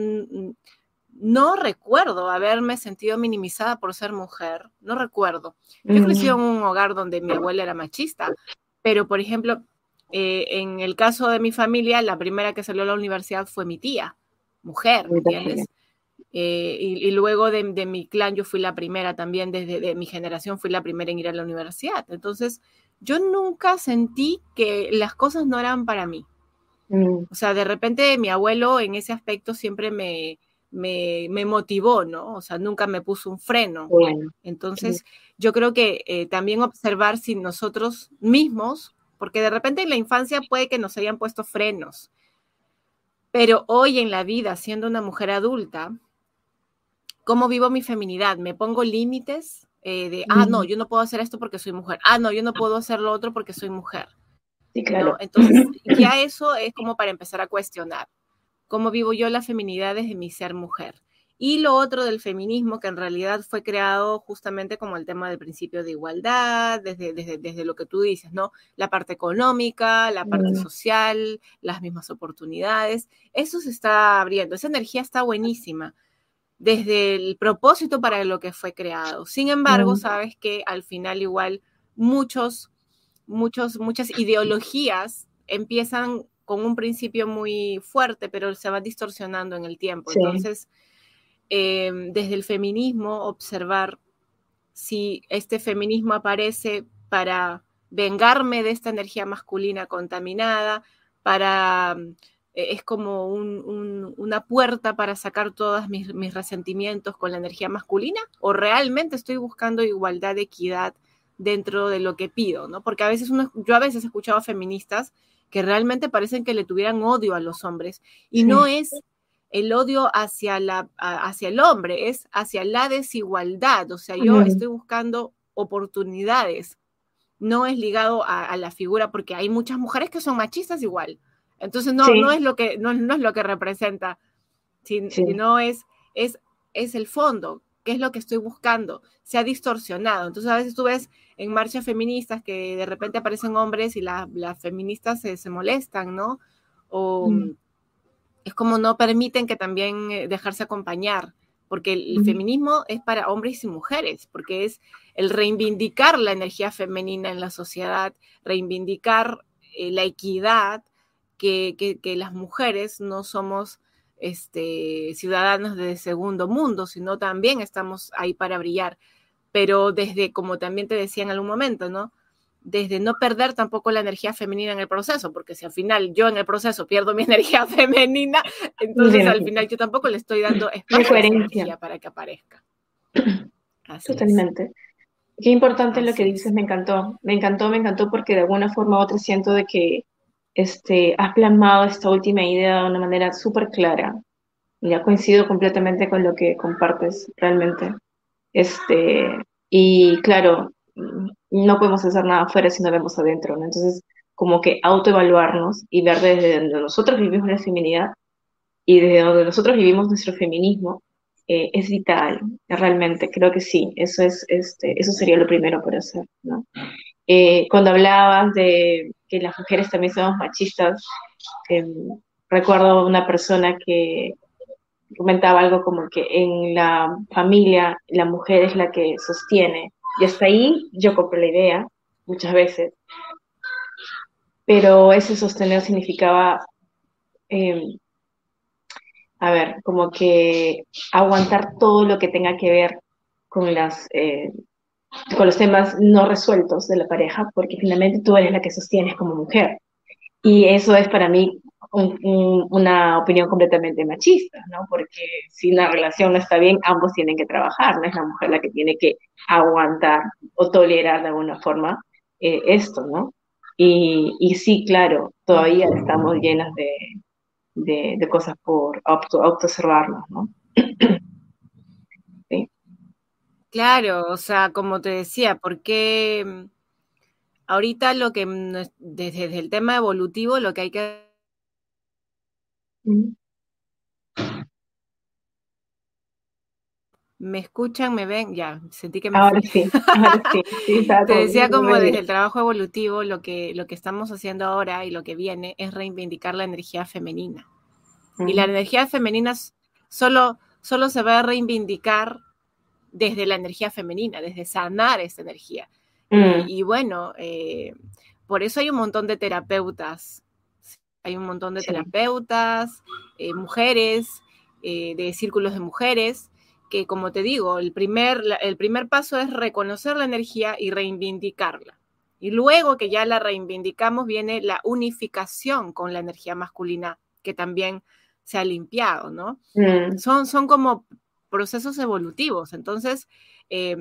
no recuerdo haberme sentido minimizada por ser mujer, no recuerdo. Yo crecí en mm, un hogar donde mi abuela era machista, pero, por ejemplo, eh, en el caso de mi familia, la primera que salió a la universidad fue mi tía, mujer, ¿me muy bien. entiendes? Eh, y, y, luego de, de, mi clan yo fui la primera también, desde de mi generación fui la primera en ir a la universidad. Entonces, yo nunca sentí que las cosas no eran para mí. Mm, O sea, de repente mi abuelo en ese aspecto siempre me, me, me motivó, ¿no? O sea, nunca me puso un freno. bueno, mm, Entonces, yo creo que eh, también observar si nosotros mismos, porque de repente en la infancia puede que nos hayan puesto frenos, pero hoy en la vida, siendo una mujer adulta, ¿cómo vivo mi feminidad? ¿Me pongo límites eh, de, ah, no, mm, yo no puedo hacer esto porque soy mujer, ah, no, yo no puedo hacer lo otro porque soy mujer, sí, ¿no? claro. Entonces, ya eso es como para empezar a cuestionar cómo vivo yo la feminidad desde mi ser mujer. Y lo otro del feminismo, que en realidad fue creado justamente como el tema del principio de igualdad, desde, desde, desde lo que tú dices, ¿no? La parte económica, la parte Mm, social, las mismas oportunidades, eso se está abriendo, esa energía está buenísima desde el propósito para lo que fue creado. Sin embargo, mm, sabes que al final igual muchos, muchos, muchas ideologías empiezan con un principio muy fuerte, pero se va distorsionando en el tiempo. sí, Entonces, eh, desde el feminismo, observar si este feminismo aparece para vengarme de esta energía masculina contaminada, para eh, es como un, un, una puerta para sacar todos mis, mis, resentimientos con la energía masculina, o realmente estoy buscando igualdad, equidad dentro de lo que pido, ¿no? Porque a veces uno, yo a veces he escuchado a feministas que realmente parecen que le tuvieran odio a los hombres, y no sí, es el odio hacia, la, hacia el hombre, es hacia la desigualdad. O sea, yo uh-huh. estoy buscando oportunidades, no es ligado a, a la figura, porque hay muchas mujeres que son machistas igual. Entonces no, sí. no, es, lo que, no, no es lo que representa, sino sí. no es, es, es el fondo. ¿Qué es lo que estoy buscando? Se ha distorsionado. Entonces a veces tú ves en marchas feministas que de repente aparecen hombres y las la feministas se, se molestan, ¿no? O mm. es como no permiten que también dejarse acompañar, porque el mm. feminismo es para hombres y mujeres, porque es el reivindicar la energía femenina en la sociedad, reivindicar eh, la equidad, que, que, que las mujeres no somos este, ciudadanos de segundo mundo, sino también estamos ahí para brillar. Pero desde, como también te decía en algún momento, ¿no? Desde no perder tampoco la energía femenina en el proceso, porque si al final yo en el proceso pierdo mi energía femenina, entonces Bien. al final yo tampoco le estoy dando espacio a esa energía para que aparezca. Así Totalmente. Es. Qué importante Así lo que dices, es. me encantó, me encantó, me encantó, porque de alguna forma u otra siento de que este, has plasmado esta última idea de una manera súper clara. Ya coincido completamente con lo que compartes, realmente. Este, y claro, no podemos hacer nada afuera si no vemos adentro, ¿no? Entonces, como que autoevaluarnos y ver desde donde nosotros vivimos la feminidad y desde donde nosotros vivimos nuestro feminismo, eh, es vital, realmente, creo que sí, eso, es, este, eso sería lo primero por hacer, ¿no? Eh, cuando hablabas de que las mujeres también somos machistas, eh, recuerdo una persona que comentaba algo como que en la familia la mujer es la que sostiene, y hasta ahí yo compré la idea muchas veces, pero ese sostener significaba eh, a ver, como que aguantar todo lo que tenga que ver con las eh, con los temas no resueltos de la pareja, porque finalmente tú eres la que sostienes como mujer. Y eso es para mí un, un, una opinión completamente machista, ¿no? Porque si una relación no está bien, ambos tienen que trabajar, no es la mujer la que tiene que aguantar o tolerar de alguna forma eh, esto, ¿no? Y, y sí, claro, todavía estamos llenas de, de, de cosas por auto, auto-observarnos, ¿no? Sí. Claro, o sea, como te decía, porque ahorita lo que, desde, desde el tema evolutivo, lo que hay que... Mm. ¿Me escuchan? ¿Me ven? Ya, sentí que me Ahora fui. sí, ahora sí. sí Te decía como desde el trabajo evolutivo, lo que, lo que estamos haciendo ahora y lo que viene es reivindicar la energía femenina. Mm. Y la energía femenina solo, solo se va a reivindicar desde la energía femenina, desde sanar esa energía. Mm. Y, y bueno, eh, por eso hay un montón de terapeutas, hay un montón de sí. terapeutas, eh, mujeres, eh, de círculos de mujeres, que como te digo, el primer, el primer paso es reconocer la energía y reivindicarla. Y luego que ya la reivindicamos viene la unificación con la energía masculina, que también se ha limpiado, ¿no? Mm. Son, son como procesos evolutivos, entonces eh,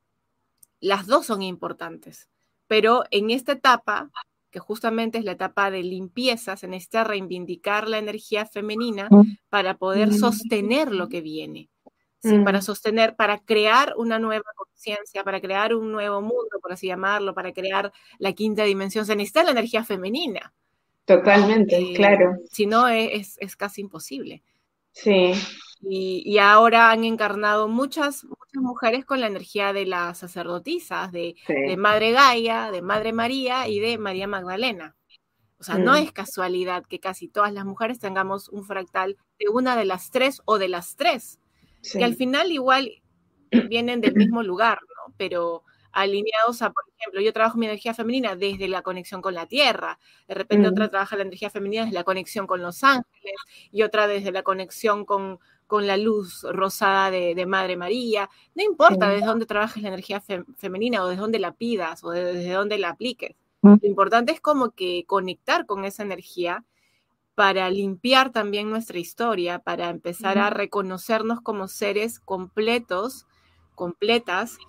las dos son importantes, pero en esta etapa, que justamente es la etapa de limpieza, se necesita reivindicar la energía femenina para poder sostener lo que viene. ¿Sí? Mm. Para sostener, para crear una nueva conciencia, para crear un nuevo mundo, por así llamarlo, para crear la quinta dimensión, se necesita la energía femenina. Totalmente, ¿no? Eh, claro. Si no, es, es casi imposible. Sí. Y, y ahora han encarnado muchas, muchas mujeres con la energía de las sacerdotisas, de, sí. de Madre Gaia, de Madre María y de María Magdalena. O sea, mm. no es casualidad que casi todas las mujeres tengamos un fractal de una de las tres o de las tres. Sí. Que al final igual vienen del mismo lugar, ¿no? Pero alineados a, por ejemplo, yo trabajo mi energía femenina desde la conexión con la tierra, de repente mm. otra trabaja la energía femenina desde la conexión con los ángeles, y otra desde la conexión con, con la luz rosada de, de Madre María. No importa sí. desde dónde trabajes la energía fe, femenina, o desde dónde la pidas, o desde, desde dónde la apliques. Mm. Lo importante es como que conectar con esa energía para limpiar también nuestra historia, para empezar a reconocernos como seres completos, completas,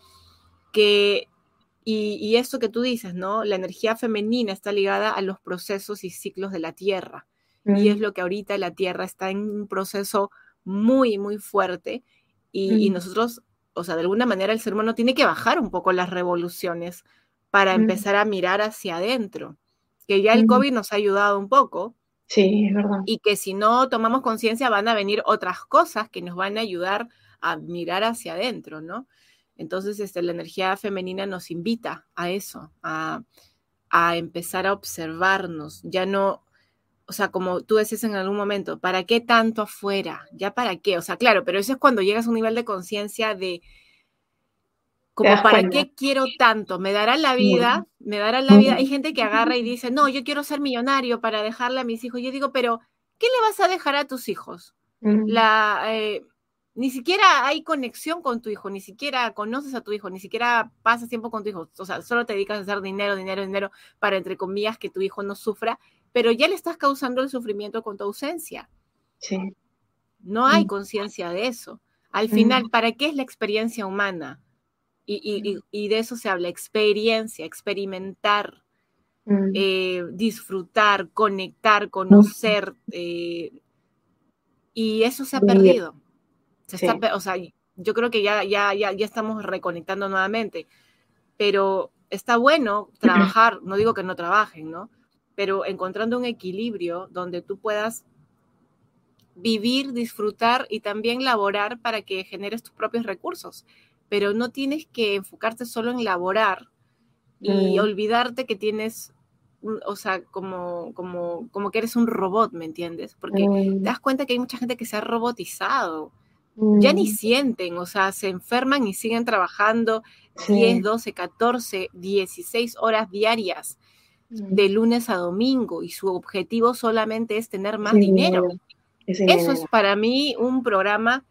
que, y, y esto que tú dices, ¿no? La energía femenina está ligada a los procesos y ciclos de la Tierra. y mm, es lo que ahorita la Tierra está en un proceso muy, muy fuerte y, y mm, nosotros, o sea, de alguna manera el ser humano tiene que bajar un poco las revoluciones para mm, empezar a mirar hacia adentro, que ya el mm. COVID nos ha ayudado un poco Sí, es verdad. y que si no tomamos conciencia van a venir otras cosas que nos van a ayudar a mirar hacia adentro, ¿no? Entonces, este, la energía femenina nos invita a eso, a, a empezar a observarnos, ya no, o sea, como tú decías en algún momento, ¿para qué tanto afuera? ¿Ya para qué? O sea, claro, pero eso es cuando llegas a un nivel de conciencia de, ¿Te como, das ¿para cuenta? qué quiero tanto? ¿Me dará la Mm, vida? ¿Me dará la vida? Hay mm, gente que agarra y dice, no, yo quiero ser millonario para dejarle a mis hijos. Yo digo, pero, ¿qué le vas a dejar a tus hijos? mm, La, eh, ni siquiera hay conexión con tu hijo, ni siquiera conoces a tu hijo, ni siquiera pasas tiempo con tu hijo. O sea, solo te dedicas a hacer dinero, dinero, dinero para, entre comillas, que tu hijo no sufra, pero ya le estás causando el sufrimiento con tu ausencia. sí. No hay Mm, conciencia de eso. Al mm, final, ¿para qué es la experiencia humana? Y, y, y de eso se habla, experiencia, experimentar, mm, eh, disfrutar, conectar, mm. conocer, eh, y eso se ha Vivir, perdido. Se está, sí. o sea, yo creo que ya, ya, ya, ya estamos reconectando nuevamente, pero está bueno trabajar, no digo que no trabajen, ¿no? Pero encontrando un equilibrio donde tú puedas vivir, disfrutar y también laborar para que generes tus propios recursos. Pero no tienes que enfocarte solo en laborar y Mm, olvidarte que tienes, un, o sea, como, como, como que eres un robot, ¿me entiendes? Porque te mm, das cuenta que hay mucha gente que se ha robotizado, ya ni mm, sienten, o sea, se enferman y siguen trabajando diez, sí. doce, catorce, dieciséis horas diarias Mm, de lunes a domingo y su objetivo solamente es tener más sin dinero. dinero, es sin Eso es dinero. para mí un programa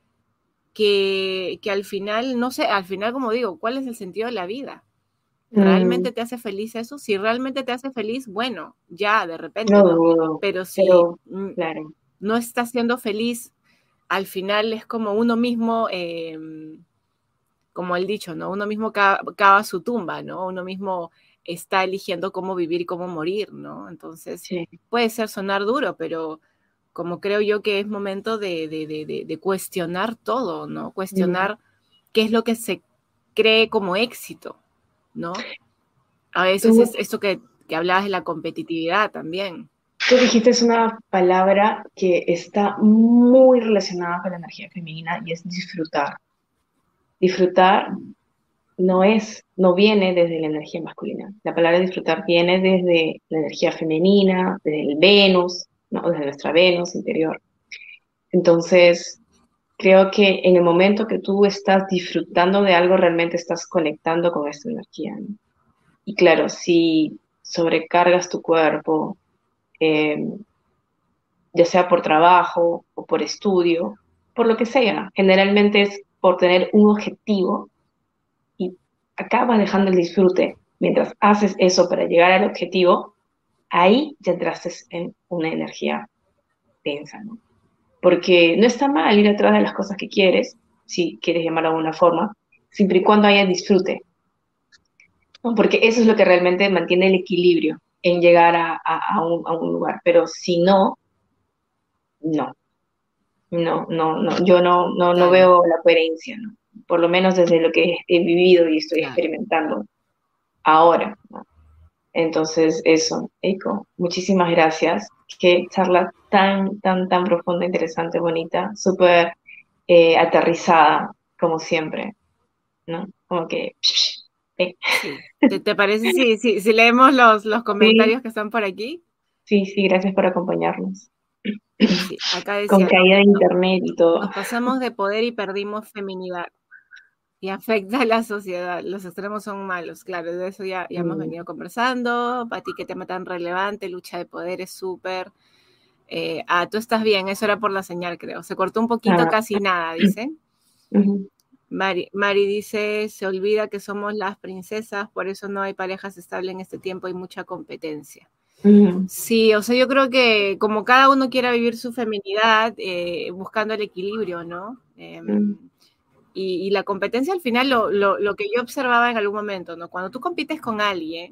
que, que al final, no sé, al final como digo, ¿cuál es el sentido de la vida? Mm, ¿Realmente te hace feliz eso? Si realmente te hace feliz, bueno, ya de repente, no ¿no? dudo, Pero si pero mm, claro. no estás siendo feliz, al final es como uno mismo, eh, como el dicho, ¿no? Uno mismo cava, cava su tumba, ¿no? Uno mismo está eligiendo cómo vivir y cómo morir, ¿no? Entonces, Sí. puede ser sonar duro, pero como creo yo que es momento de, de, de, de, de cuestionar todo, ¿no? Mm. Cuestionar qué es lo que se cree como éxito, ¿no? A veces es Tú, esto que, que hablabas de la competitividad también. tú dijiste una palabra que está muy relacionada con la energía femenina y es disfrutar. Disfrutar no es, no viene desde la energía masculina. La palabra disfrutar viene desde la energía femenina, desde el Venus, ¿no? Desde nuestra Venus interior. Entonces, creo que en el momento que tú estás disfrutando de algo, realmente estás conectando con esta energía, ¿no? Y claro, si sobrecargas tu cuerpo, eh, ya sea por trabajo o por estudio, por lo que sea, generalmente es por tener un objetivo y acabas dejando el disfrute. Mientras haces eso para llegar al objetivo, ahí ya entraste en una energía tensa, ¿no? Porque no está mal ir atrás de las cosas que quieres, si quieres llamarlo de alguna forma, siempre y cuando haya disfrute, ¿no? Porque eso es lo que realmente mantiene el equilibrio en llegar a, a, a, un, a un lugar. Pero si no, no, no, no, no, yo no, no, no Claro, veo la coherencia, ¿no? Por lo menos desde lo que he vivido y estoy claro. experimentando ahora, ¿no? Entonces, eso, Eiko, muchísimas gracias. Qué charla tan, tan, tan profunda, interesante, bonita, súper eh, aterrizada, como siempre, ¿no? Como que... eh. Sí. ¿Te, te parece si, si, si leemos los, los Sí, comentarios que están por aquí? sí, sí, gracias por acompañarnos. Sí, acá Con decía, caída de no, internet y todo. nos pasamos de poder y perdimos feminidad y afecta a la sociedad. Los extremos son malos, claro, de eso ya, ya hemos Mm, venido conversando. Para ti, qué tema tan relevante, lucha de poder es súper. Eh, ah, tú estás bien, eso era por la señal, creo. Se cortó un poquito, ah, casi nada, dice. ujú, Mari, Mari dice, se olvida que somos las princesas, por eso no hay parejas estables en este tiempo, hay mucha competencia. ujú, Sí, o sea, yo creo que como cada uno quiera vivir su feminidad, eh, buscando el equilibrio, ¿no? Eh, mm, y, y, la competencia al final, lo, lo, lo, que yo observaba en algún momento, ¿no? Cuando tú compites con alguien,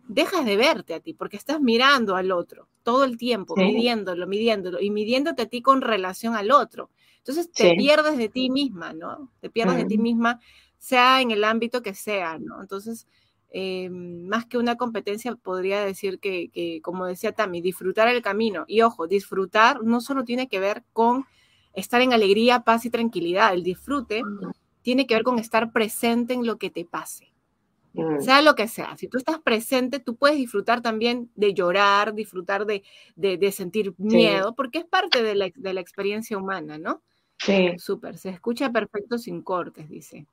dejas de verte a ti, porque estás mirando al otro todo el tiempo, Sí. midiéndolo, midiéndolo, y midiéndote a ti con relación al otro. Entonces te Sí. pierdes de ti misma, ¿no? Te pierdes de ti Mm. misma, sea en el ámbito que sea, ¿no? Entonces, eh, más que una competencia, podría decir que, que, como decía Tami, disfrutar el camino. Y ojo, disfrutar no solo tiene que ver con estar en alegría, paz y tranquilidad. El disfrute tiene que ver con estar presente en lo que te pase. Mm. Sea lo que sea, si tú estás presente, tú puedes disfrutar también de llorar, disfrutar de, de, de sentir miedo, Sí. porque es parte de la, de la experiencia humana, ¿no? Sí. Súper, se escucha perfecto sin cortes, dice.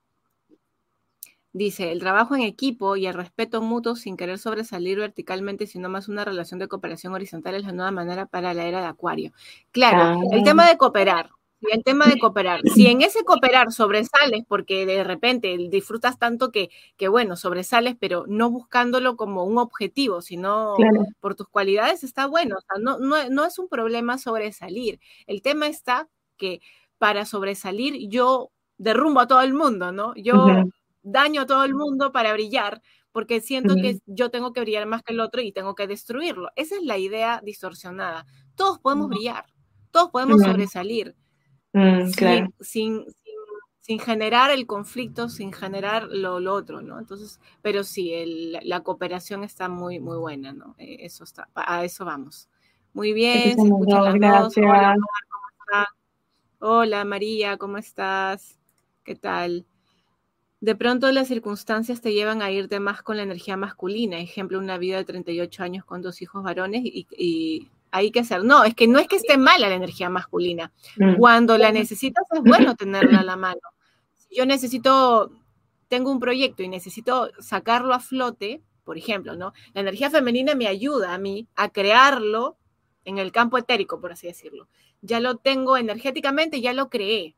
Dice, el trabajo en equipo y el respeto mutuo sin querer sobresalir verticalmente, sino más una relación de cooperación horizontal es la nueva manera para la era de Acuario. Claro, Ah. el tema de cooperar, el tema de cooperar, si en ese cooperar sobresales porque de repente disfrutas tanto que, que bueno, sobresales, pero no buscándolo como un objetivo, sino Claro. por tus cualidades, está bueno. O sea, no, no, no es un problema sobresalir. El tema está que para sobresalir yo derrumbo a todo el mundo, ¿no? Yo... Uh-huh. daño a todo el mundo para brillar, porque siento Uh-huh. que yo tengo que brillar más que el otro y tengo que destruirlo. Esa es la idea distorsionada. Todos podemos brillar, todos podemos Uh-huh. sobresalir, Mm, claro. sin, sin, sin, sin generar el conflicto, sin generar lo, lo otro, ¿no? Entonces, pero sí, el, la cooperación está muy, muy buena, ¿no? Eso está, a eso vamos. Muy bien, se Escuchamos escuchan dos, las dos. Hola, gracias. Mar, ¿cómo estás? Hola, María, ¿cómo estás? ¿Qué tal? De pronto las circunstancias te llevan a irte más con la energía masculina. Ejemplo, una vida de treinta y ocho años con dos hijos varones y, y hay que hacer. No, es que no es que esté mala la energía masculina. Mm. Cuando la necesitas es bueno tenerla a la mano. Si yo necesito, tengo un proyecto y necesito sacarlo a flote, por ejemplo, ¿no? La energía femenina me ayuda a mí a crearlo en el campo etérico, por así decirlo. Ya lo tengo energéticamente, ya lo creé.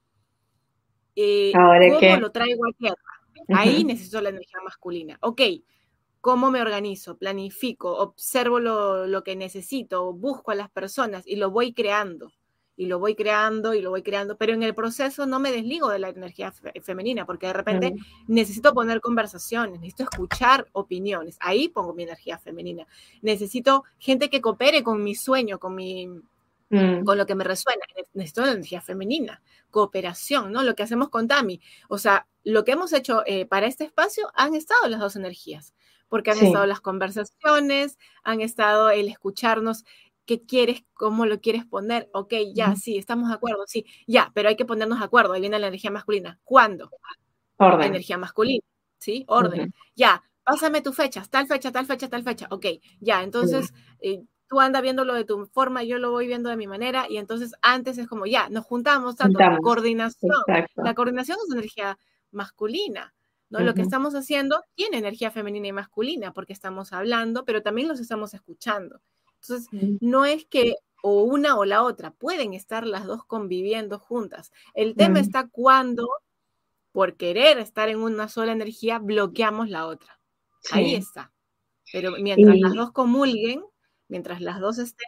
Eh, Ahora ¿Cómo que, lo traigo a tierra? Ahí uh-huh. necesito la energía masculina. Ok, ¿cómo me organizo? Planifico, observo lo, lo que necesito, busco a las personas y lo voy creando. Y lo voy creando y lo voy creando, pero en el proceso no me desligo de la energía fe femenina, porque de repente Mm. necesito poner conversaciones, necesito escuchar opiniones. Ahí pongo mi energía femenina. Necesito gente que coopere con mi sueño, con mi, Mm. con lo que me resuena. Necesito la energía femenina, cooperación, ¿no? Lo que hacemos con Tami. O sea, lo que hemos hecho eh, para este espacio han estado las dos energías, porque han Sí. estado las conversaciones, han estado el escucharnos qué quieres, cómo lo quieres poner. Ok, ya, sí, estamos de acuerdo, sí, ya, pero hay que ponernos de acuerdo. Ahí viene la energía masculina. ¿Cuándo? Orden. Energía masculina, ¿sí? Orden. Uh-huh. Ya, pásame tus fechas, tal fecha, tal fecha, tal fecha. Ok, ya, entonces... Eh, tú andas viendo lo de tu forma, yo lo voy viendo de mi manera, y entonces antes es como, ya, nos juntamos tanto, Juntamos. coordinación. Exacto. La coordinación es energía masculina, ¿no? Uh-huh. Lo que estamos haciendo tiene energía femenina y masculina, porque estamos hablando, pero también los estamos escuchando. Entonces, Uh-huh. no es que o una o la otra, pueden estar las dos conviviendo juntas. El tema Uh-huh. está cuando, por querer estar en una sola energía, bloqueamos la otra. Sí. Ahí está. Pero mientras Y... las dos comulguen, mientras las dos estén,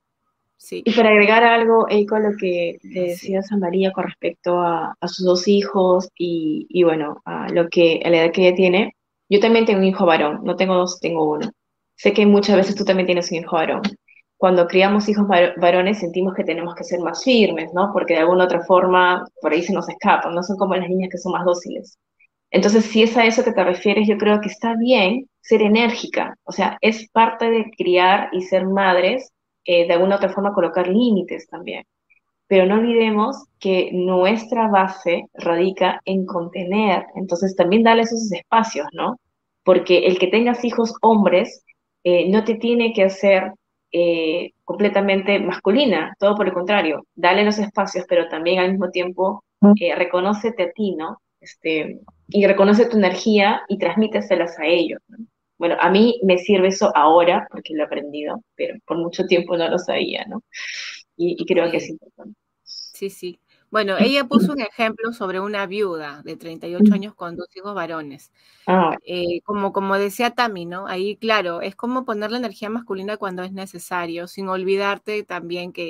sí. Y para agregar algo, Eiko, lo que le Sí. decía a María con respecto a, a sus dos hijos y, y bueno, a lo que, a la edad que ella tiene, yo también tengo un hijo varón, no tengo dos, tengo uno. Sé que muchas veces tú también tienes un hijo varón. Cuando criamos hijos var- varones sentimos que tenemos que ser más firmes, ¿no? Porque de alguna otra forma por ahí se nos escapan, no son como las niñas que son más dóciles. Entonces, si es a eso que te refieres, yo creo que está bien ser enérgica, o sea, es parte de criar y ser madres, eh, de alguna otra forma colocar límites también. Pero no olvidemos que nuestra base radica en contener, entonces también darle esos espacios, ¿no? Porque el que tengas hijos hombres eh, no te tiene que hacer eh, completamente masculina, todo por el contrario, dale los espacios, pero también al mismo tiempo eh, reconócete a ti, ¿no? Este, y reconoce tu energía y transmíteselas a ellos, ¿no? Bueno, a mí me sirve eso ahora porque lo he aprendido, pero por mucho tiempo no lo sabía, ¿no? Y, y creo que es Sí, importante. sí, sí. Bueno, ella puso un ejemplo sobre una viuda de treinta y ocho años con dos hijos varones. Ah, Eh, como, como decía Tami, ¿no? Ahí, claro, es como poner la energía masculina cuando es necesario, sin olvidarte también que,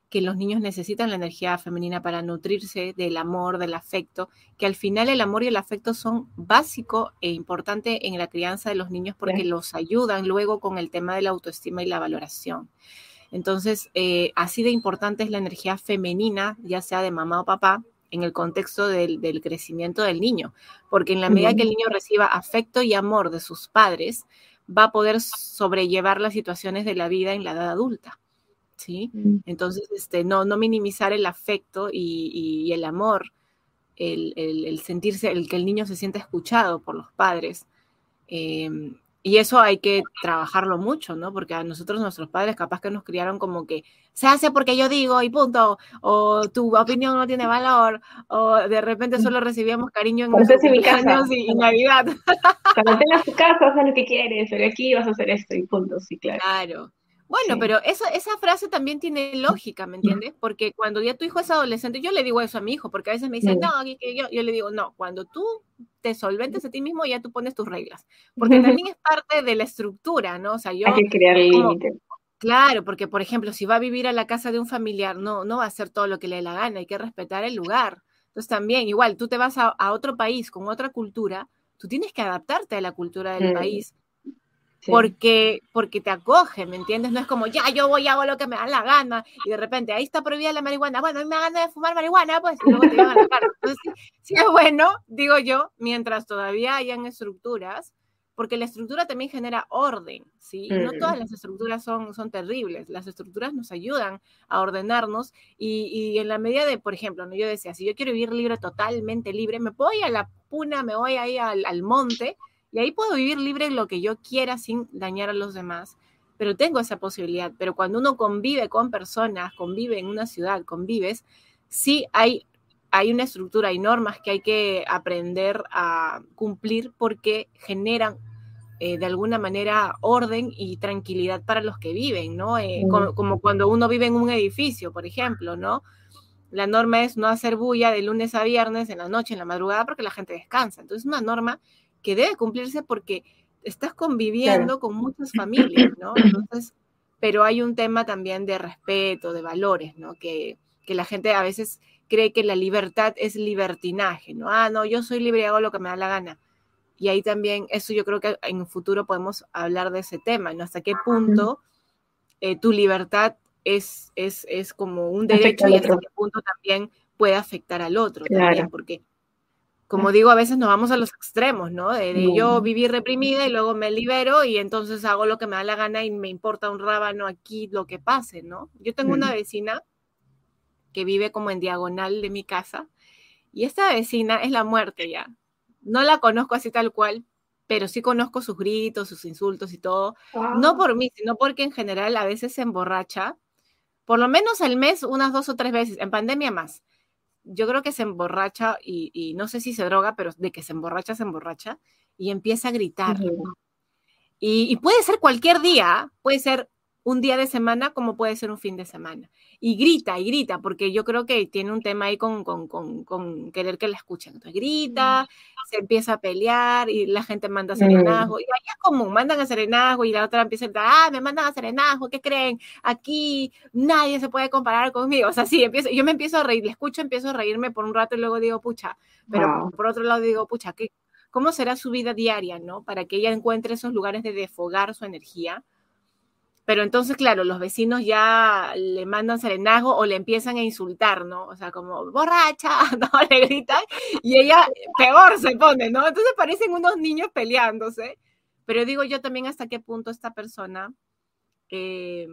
que los niños necesitan la energía femenina para nutrirse del amor, del afecto, que al final el amor y el afecto son básico e importante en la crianza de los niños porque Sí. los ayudan luego con el tema de la autoestima y la valoración. Entonces, eh, así de importante es la energía femenina, ya sea de mamá o papá, en el contexto del, del crecimiento del niño, porque en la medida que el niño reciba afecto y amor de sus padres, va a poder sobrellevar las situaciones de la vida en la edad adulta, ¿sí? Mm. Entonces, este, no, no minimizar el afecto y, y, y el amor, el, el, el sentirse, el que el niño se sienta escuchado por los padres, eh, y eso hay que trabajarlo mucho, ¿no? Porque a nosotros, nuestros padres, capaz que nos criaron como que se hace porque yo digo y punto, o tu opinión no tiene valor, o de repente solo recibíamos cariño en Cuando nuestro estés en mi casa, cumpleaños y, y Navidad. cuando tengas tu casa, haz lo que quieres, pero aquí vas a hacer esto y punto, sí, claro. Claro. Bueno, Sí. pero esa, esa frase también tiene lógica, ¿me entiendes? Porque cuando ya tu hijo es adolescente, yo le digo eso a mi hijo, porque a veces me dicen, no, que- que yo, yo le digo, no, cuando tú te solventes a ti mismo, ya tú pones tus reglas, porque también es parte de la estructura, ¿no? O sea, Hay yo, que crear como, límites. claro, porque por ejemplo, si va a vivir a la casa de un familiar, no, no va a hacer todo lo que le dé la gana, hay que respetar el lugar. Entonces también, igual, tú te vas a, a otro país con otra cultura, tú tienes que adaptarte a la cultura del Mm, país sí. porque, porque te acoge, ¿me entiendes? No es como, ya, yo voy y hago lo que me da la gana, y de repente, ahí está prohibida la marihuana, bueno, a mí me da ganas de fumar marihuana, pues, y luego te llevan a la cárcel. Entonces, sí, sí es bueno, digo yo, mientras todavía hayan estructuras, porque la estructura también genera orden, ¿sí? Y no todas Mm, las estructuras son, son terribles, las estructuras nos ayudan a ordenarnos, y, y en la medida de, por ejemplo, ¿no? Yo decía, si yo quiero vivir libre, totalmente libre, me voy a la puna, me voy ahí al, al monte, y ahí puedo vivir libre en lo que yo quiera sin dañar a los demás, pero tengo esa posibilidad. Pero cuando uno convive con personas, convive en una ciudad, convives, sí hay, hay una estructura, hay normas que hay que aprender a cumplir porque generan eh, de alguna manera orden y tranquilidad para los que viven, ¿no? Eh, mm, como, como cuando uno vive en un edificio, por ejemplo, ¿no? La norma es no hacer bulla de lunes a viernes, en la noche, en la madrugada, porque la gente descansa. Entonces, es una norma que debe cumplirse porque estás claro. conviviendo con muchas familias, ¿no? Entonces, pero hay un tema también de respeto, de valores, ¿no? Que, que la gente a veces cree que la libertad es libertinaje, ¿no? Ah, no, yo soy libre y hago lo que me da la gana. Y ahí también, eso yo creo que en un futuro podemos hablar de ese tema, ¿no? Hasta qué Mm, punto eh, tu libertad es, es, es como un afecta derecho al y hasta otro. qué punto también puede afectar al otro Claro. también, porque como digo, a veces nos vamos a los extremos, ¿no? De, de yo Mm, vivir reprimida y luego me libero y entonces hago lo que me da la gana y me importa un rábano aquí lo que pase, ¿no? Yo tengo una mm, vecina que vive como en diagonal de mi casa y esta vecina es la muerte ya. No la conozco así tal cual, pero sí conozco sus gritos, sus insultos y todo. No ah, por mí, sino porque en general a veces se emborracha por lo menos al mes unas dos o tres veces, en pandemia más. Yo creo que se emborracha y, y no sé si se droga, pero de que se emborracha, se emborracha y empieza a gritar. ujú, Y, y puede ser cualquier día, puede ser un día de semana como puede ser un fin de semana. Y grita y grita, porque yo creo que tiene un tema ahí con, con, con, con querer que la escuchen. Entonces grita, se empieza a pelear y la gente manda mm, serenazgo. Y ahí es común, mandan a serenazgo y la otra empieza a gritar, ah, me mandan a serenazgo, ¿qué creen? Aquí nadie se puede comparar conmigo. O sea, sí, empiezo, yo me empiezo a reír, le escucho, empiezo a reírme por un rato y luego digo, pucha, pero wow. por otro lado digo, pucha, ¿qué, cómo será su vida diaria, ¿no? Para que ella encuentre esos lugares de desfogar su energía. Pero entonces, claro, los vecinos ya le mandan serenazgo o le empiezan a insultar, ¿no? O sea, como, borracha, ¿no? Le gritan y ella peor se pone, ¿no? Entonces parecen unos niños peleándose. Pero digo yo también hasta qué punto esta persona eh,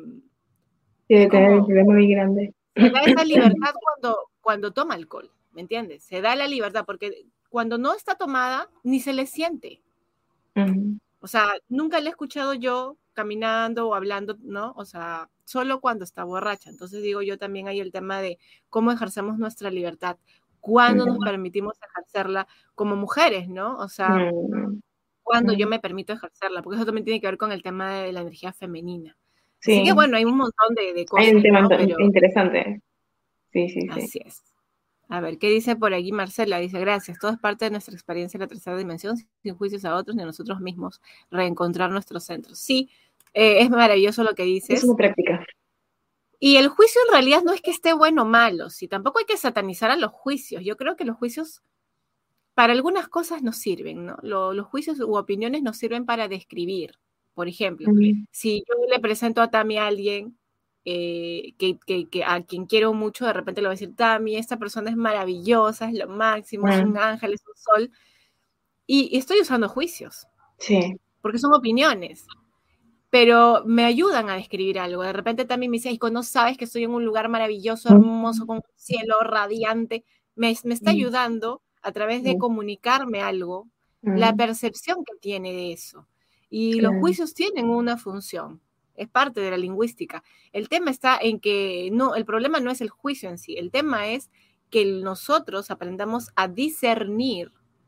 es Debe tener un como, problema muy grande. se da esa libertad cuando, cuando toma alcohol, ¿me entiendes? Se da la libertad porque cuando no está tomada, ni se le siente. Mm, O sea, nunca la he escuchado yo caminando o hablando, ¿no? O sea, solo cuando está borracha. Entonces digo yo también hay el tema de cómo ejercemos nuestra libertad, cuándo nos mm, permitimos ejercerla como mujeres, ¿no? O sea, mm, cuando yo mm. me permito ejercerla, porque eso también tiene que ver con el tema de la energía femenina. Así que Sí, bueno, hay un montón de, de hay un cosas, tema ¿no? int- Pero interesante. Sí, sí, sí. así es. A ver, ¿qué dice por aquí Marcela? Dice, gracias, todo es parte de nuestra experiencia en la tercera dimensión, sin juicios a otros ni a nosotros mismos, reencontrar nuestros centros. Sí, eh, es maravilloso lo que Es una dices. práctica. Y el juicio en realidad no es que esté bueno o malo, sí, tampoco hay que satanizar a los juicios. Yo creo que los juicios para algunas cosas nos sirven, ¿no? Lo- los juicios u opiniones nos sirven para describir. Por ejemplo, Mm, si yo le presento a Tami a alguien eh, que, que- que a quien quiero mucho, de repente le voy a decir, Tami, esta persona es maravillosa, es lo máximo, es un mm, ángel, es un sol, y, y estoy usando juicios, sí. porque son opiniones, pero me ayudan a describir algo. De repente Tami me dice, Aiko, no sabes que estoy en un lugar maravilloso, hermoso, con un cielo radiante. Me, me está Mm, ayudando a través de mm, comunicarme algo, la mm, percepción que tiene de eso. Y los claro. juicios tienen una función, es parte de la lingüística. El tema está en que no, el problema no es el juicio en sí, el tema es que nosotros aprendamos a discernir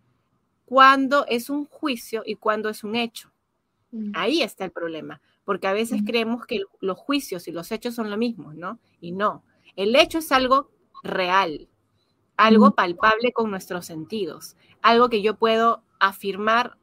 cuándo es un juicio y cuándo es un hecho. Mm, Ahí está el problema, porque a veces mm, creemos que los juicios y los hechos son lo mismo, ¿no? Y no. El hecho es algo real, mm, algo palpable con nuestros sentidos, algo que yo puedo afirmar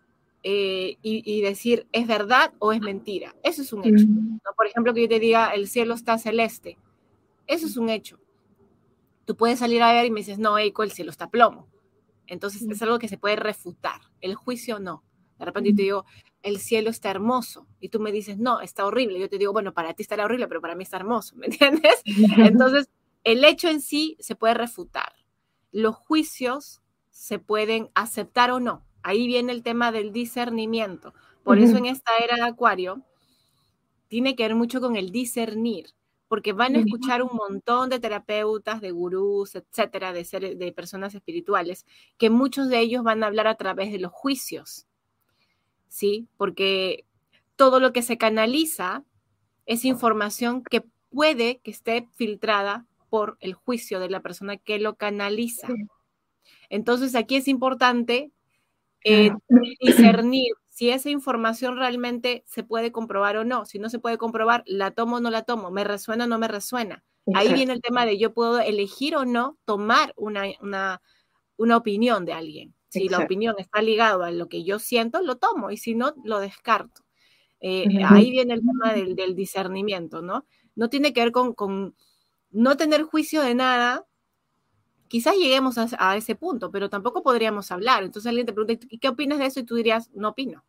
eh, y, y, decir es verdad o es mentira. Eso es un hecho. mm, ¿No? Por ejemplo, que yo te diga el cielo está celeste. Eso es un hecho. Tú puedes salir a ver y me dices, no, Eiko, el cielo está plomo. Entonces mm, es algo que se puede refutar. El juicio no. De repente yo te mm, digo, el cielo está hermoso. Y tú me dices, no, está horrible. Yo te digo, bueno, para ti estará horrible, pero para mí está hermoso. ¿Me entiendes? Entonces, el hecho en sí se puede refutar. Los juicios se pueden aceptar o no. Ahí viene el tema del discernimiento. Por eso en mm, esta era de Acuario tiene que ver mucho con el discernir, porque van a escuchar un montón de terapeutas, de gurús, etcétera, de, seres, de personas espirituales, que muchos de ellos van a hablar a través de los juicios, ¿sí? Porque todo lo que se canaliza es información que puede que esté filtrada por el juicio de la persona que lo canaliza. sí, Entonces aquí es importante eh, claro. discernir si esa información realmente se puede comprobar o no. Si no se puede comprobar, la tomo o no la tomo, me resuena o no me resuena. Ahí viene Exacto, el tema de yo puedo elegir o no tomar una, una, una opinión de alguien. Si la exacto. opinión está ligada a lo que yo siento, lo tomo y si no, lo descarto. Eh, ahí Ujú, viene el tema del, del, discernimiento, ¿no? No tiene que ver con, con no tener juicio de nada. Quizás lleguemos a, a, ese punto, pero tampoco podríamos hablar. Entonces alguien te pregunta, ¿y qué opinas de eso? Y tú dirías, no opino.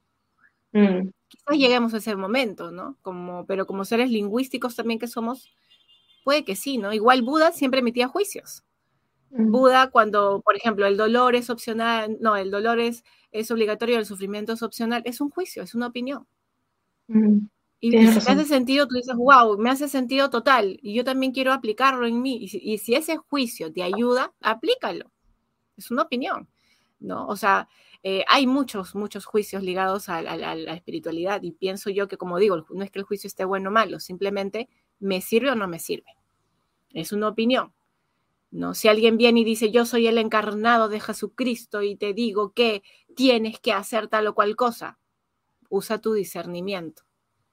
mm, Quizás lleguemos a ese momento, ¿no? Como, pero como seres lingüísticos también que somos, puede que sí, ¿no? Igual Buda siempre emitía juicios. mm, Buda cuando, por ejemplo, el dolor es opcional, no, el dolor es, es obligatorio, el sufrimiento es opcional, es un juicio, es una opinión. mm. Y, y Tienes si te hace razón. sentido, tú dices, wow, me hace sentido total, y yo también quiero aplicarlo en mí. Y si, y si ese juicio te ayuda, aplícalo. Es una opinión, ¿no? O sea, eh, hay muchos, muchos juicios ligados a, a, a, la espiritualidad y pienso yo que, como digo, no es que el juicio esté bueno o malo, simplemente me sirve o no me sirve. Es una opinión, ¿no? Si alguien viene y dice, yo soy el encarnado de Jesucristo y te digo que tienes que hacer tal o cual cosa, usa tu discernimiento,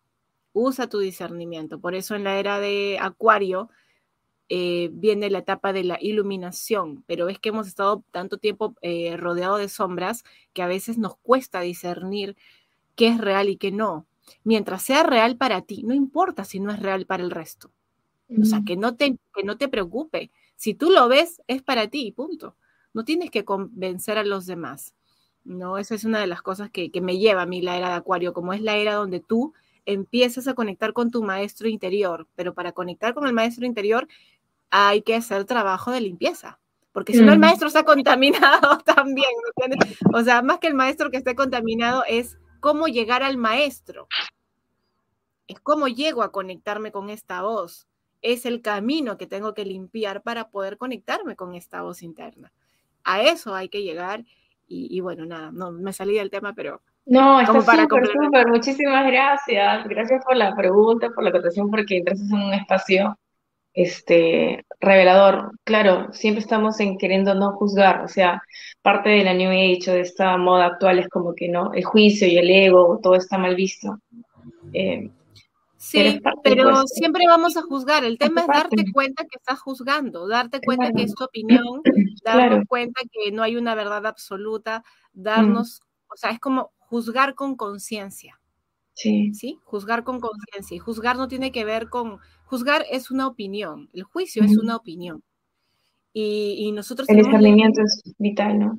usa tu discernimiento. Por eso en la era de Acuario, Eh, viene la etapa de la iluminación, pero es que hemos estado tanto tiempo eh, rodeado de sombras que a veces nos cuesta discernir qué es real y qué no. Mientras sea real para ti, no importa si no es real para el resto. O sea, Mm, que no te, que no te preocupe. Si tú lo ves, es para ti, punto. No tienes que convencer a los demás. No, esa es una de las cosas que, que me lleva a mí la era de Acuario, como es la era donde tú empiezas a conectar con tu maestro interior, pero para conectar con el maestro interior hay que hacer trabajo de limpieza, porque si no el mm, maestro está contaminado también, ¿me entiendes? O sea, más que el maestro que esté contaminado es cómo llegar al maestro, es cómo llego a conectarme con esta voz, es el camino que tengo que limpiar para poder conectarme con esta voz interna. A eso hay que llegar y, y bueno, nada, no me salí del tema, pero no, está como para súper, complementar. súper. Muchísimas gracias. Gracias por la pregunta, por la acotación, porque entras en un espacio este, revelador. Claro, siempre estamos en queriendo no juzgar. O sea, parte de la New Age o de esta moda actual es como que no, el juicio y el ego, todo está mal visto. Eh, pero es Sí, parte, pero pues, siempre vamos a juzgar. El hace tema es parte. darte cuenta que estás juzgando, darte cuenta que Claro. es tu opinión, Claro. darnos cuenta que no hay una verdad absoluta, Mm, darnos, o sea, es como juzgar con conciencia. Sí. ¿sí? Juzgar con conciencia. Y juzgar no tiene que ver con... Juzgar es una opinión, el juicio es Ujú. una opinión. Y, y nosotros El tenemos la... discernimiento es vital, ¿no?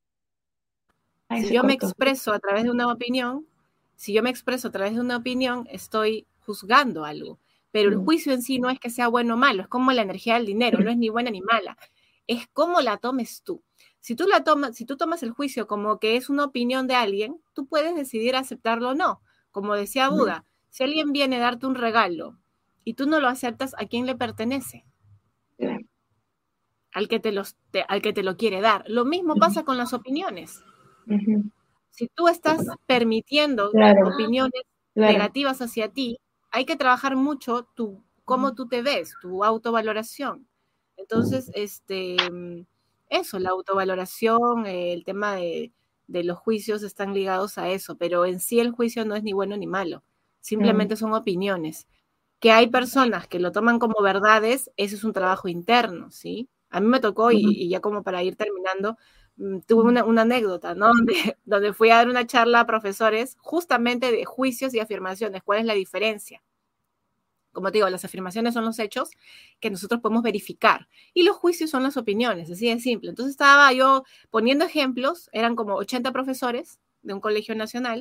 Ahí Si se yo me cortó. expreso a través de una opinión, si yo me expreso a través de una opinión, estoy juzgando algo. Pero el Mm. juicio en sí no es que sea bueno o malo, es como la energía del dinero, no es ni buena ni mala, es cómo la tomes tú. Si tú, la tomas, si tú tomas el juicio como que es una opinión de alguien, tú puedes decidir aceptarlo o no. Como decía Mm. Buda, si alguien viene a darte un regalo y tú no lo aceptas, ¿a quién le pertenece? Claro. Al que te, los, te, al que te lo quiere dar. Lo mismo pasa con las opiniones. Ujú. Si tú estás permitiendo Claro, opiniones claro. negativas hacia ti, hay que trabajar mucho tu, cómo tú te ves, tu autovaloración. Entonces, este, eso, la autovaloración, eh, el tema de, de los juicios están ligados a eso, pero en sí el juicio no es ni bueno ni malo, Mm. simplemente son opiniones. Que hay personas que lo toman como verdades, eso es un trabajo interno, ¿sí? A mí me tocó, y, Ujú. y ya como para ir terminando, tuve una, una anécdota, ¿no? Donde, donde fui a dar una charla a profesores justamente de juicios y afirmaciones. ¿Cuál es la diferencia? Como te digo, las afirmaciones son los hechos que nosotros podemos verificar y los juicios son las opiniones, así de simple. Entonces estaba yo poniendo ejemplos, eran como ochenta profesores de un colegio nacional,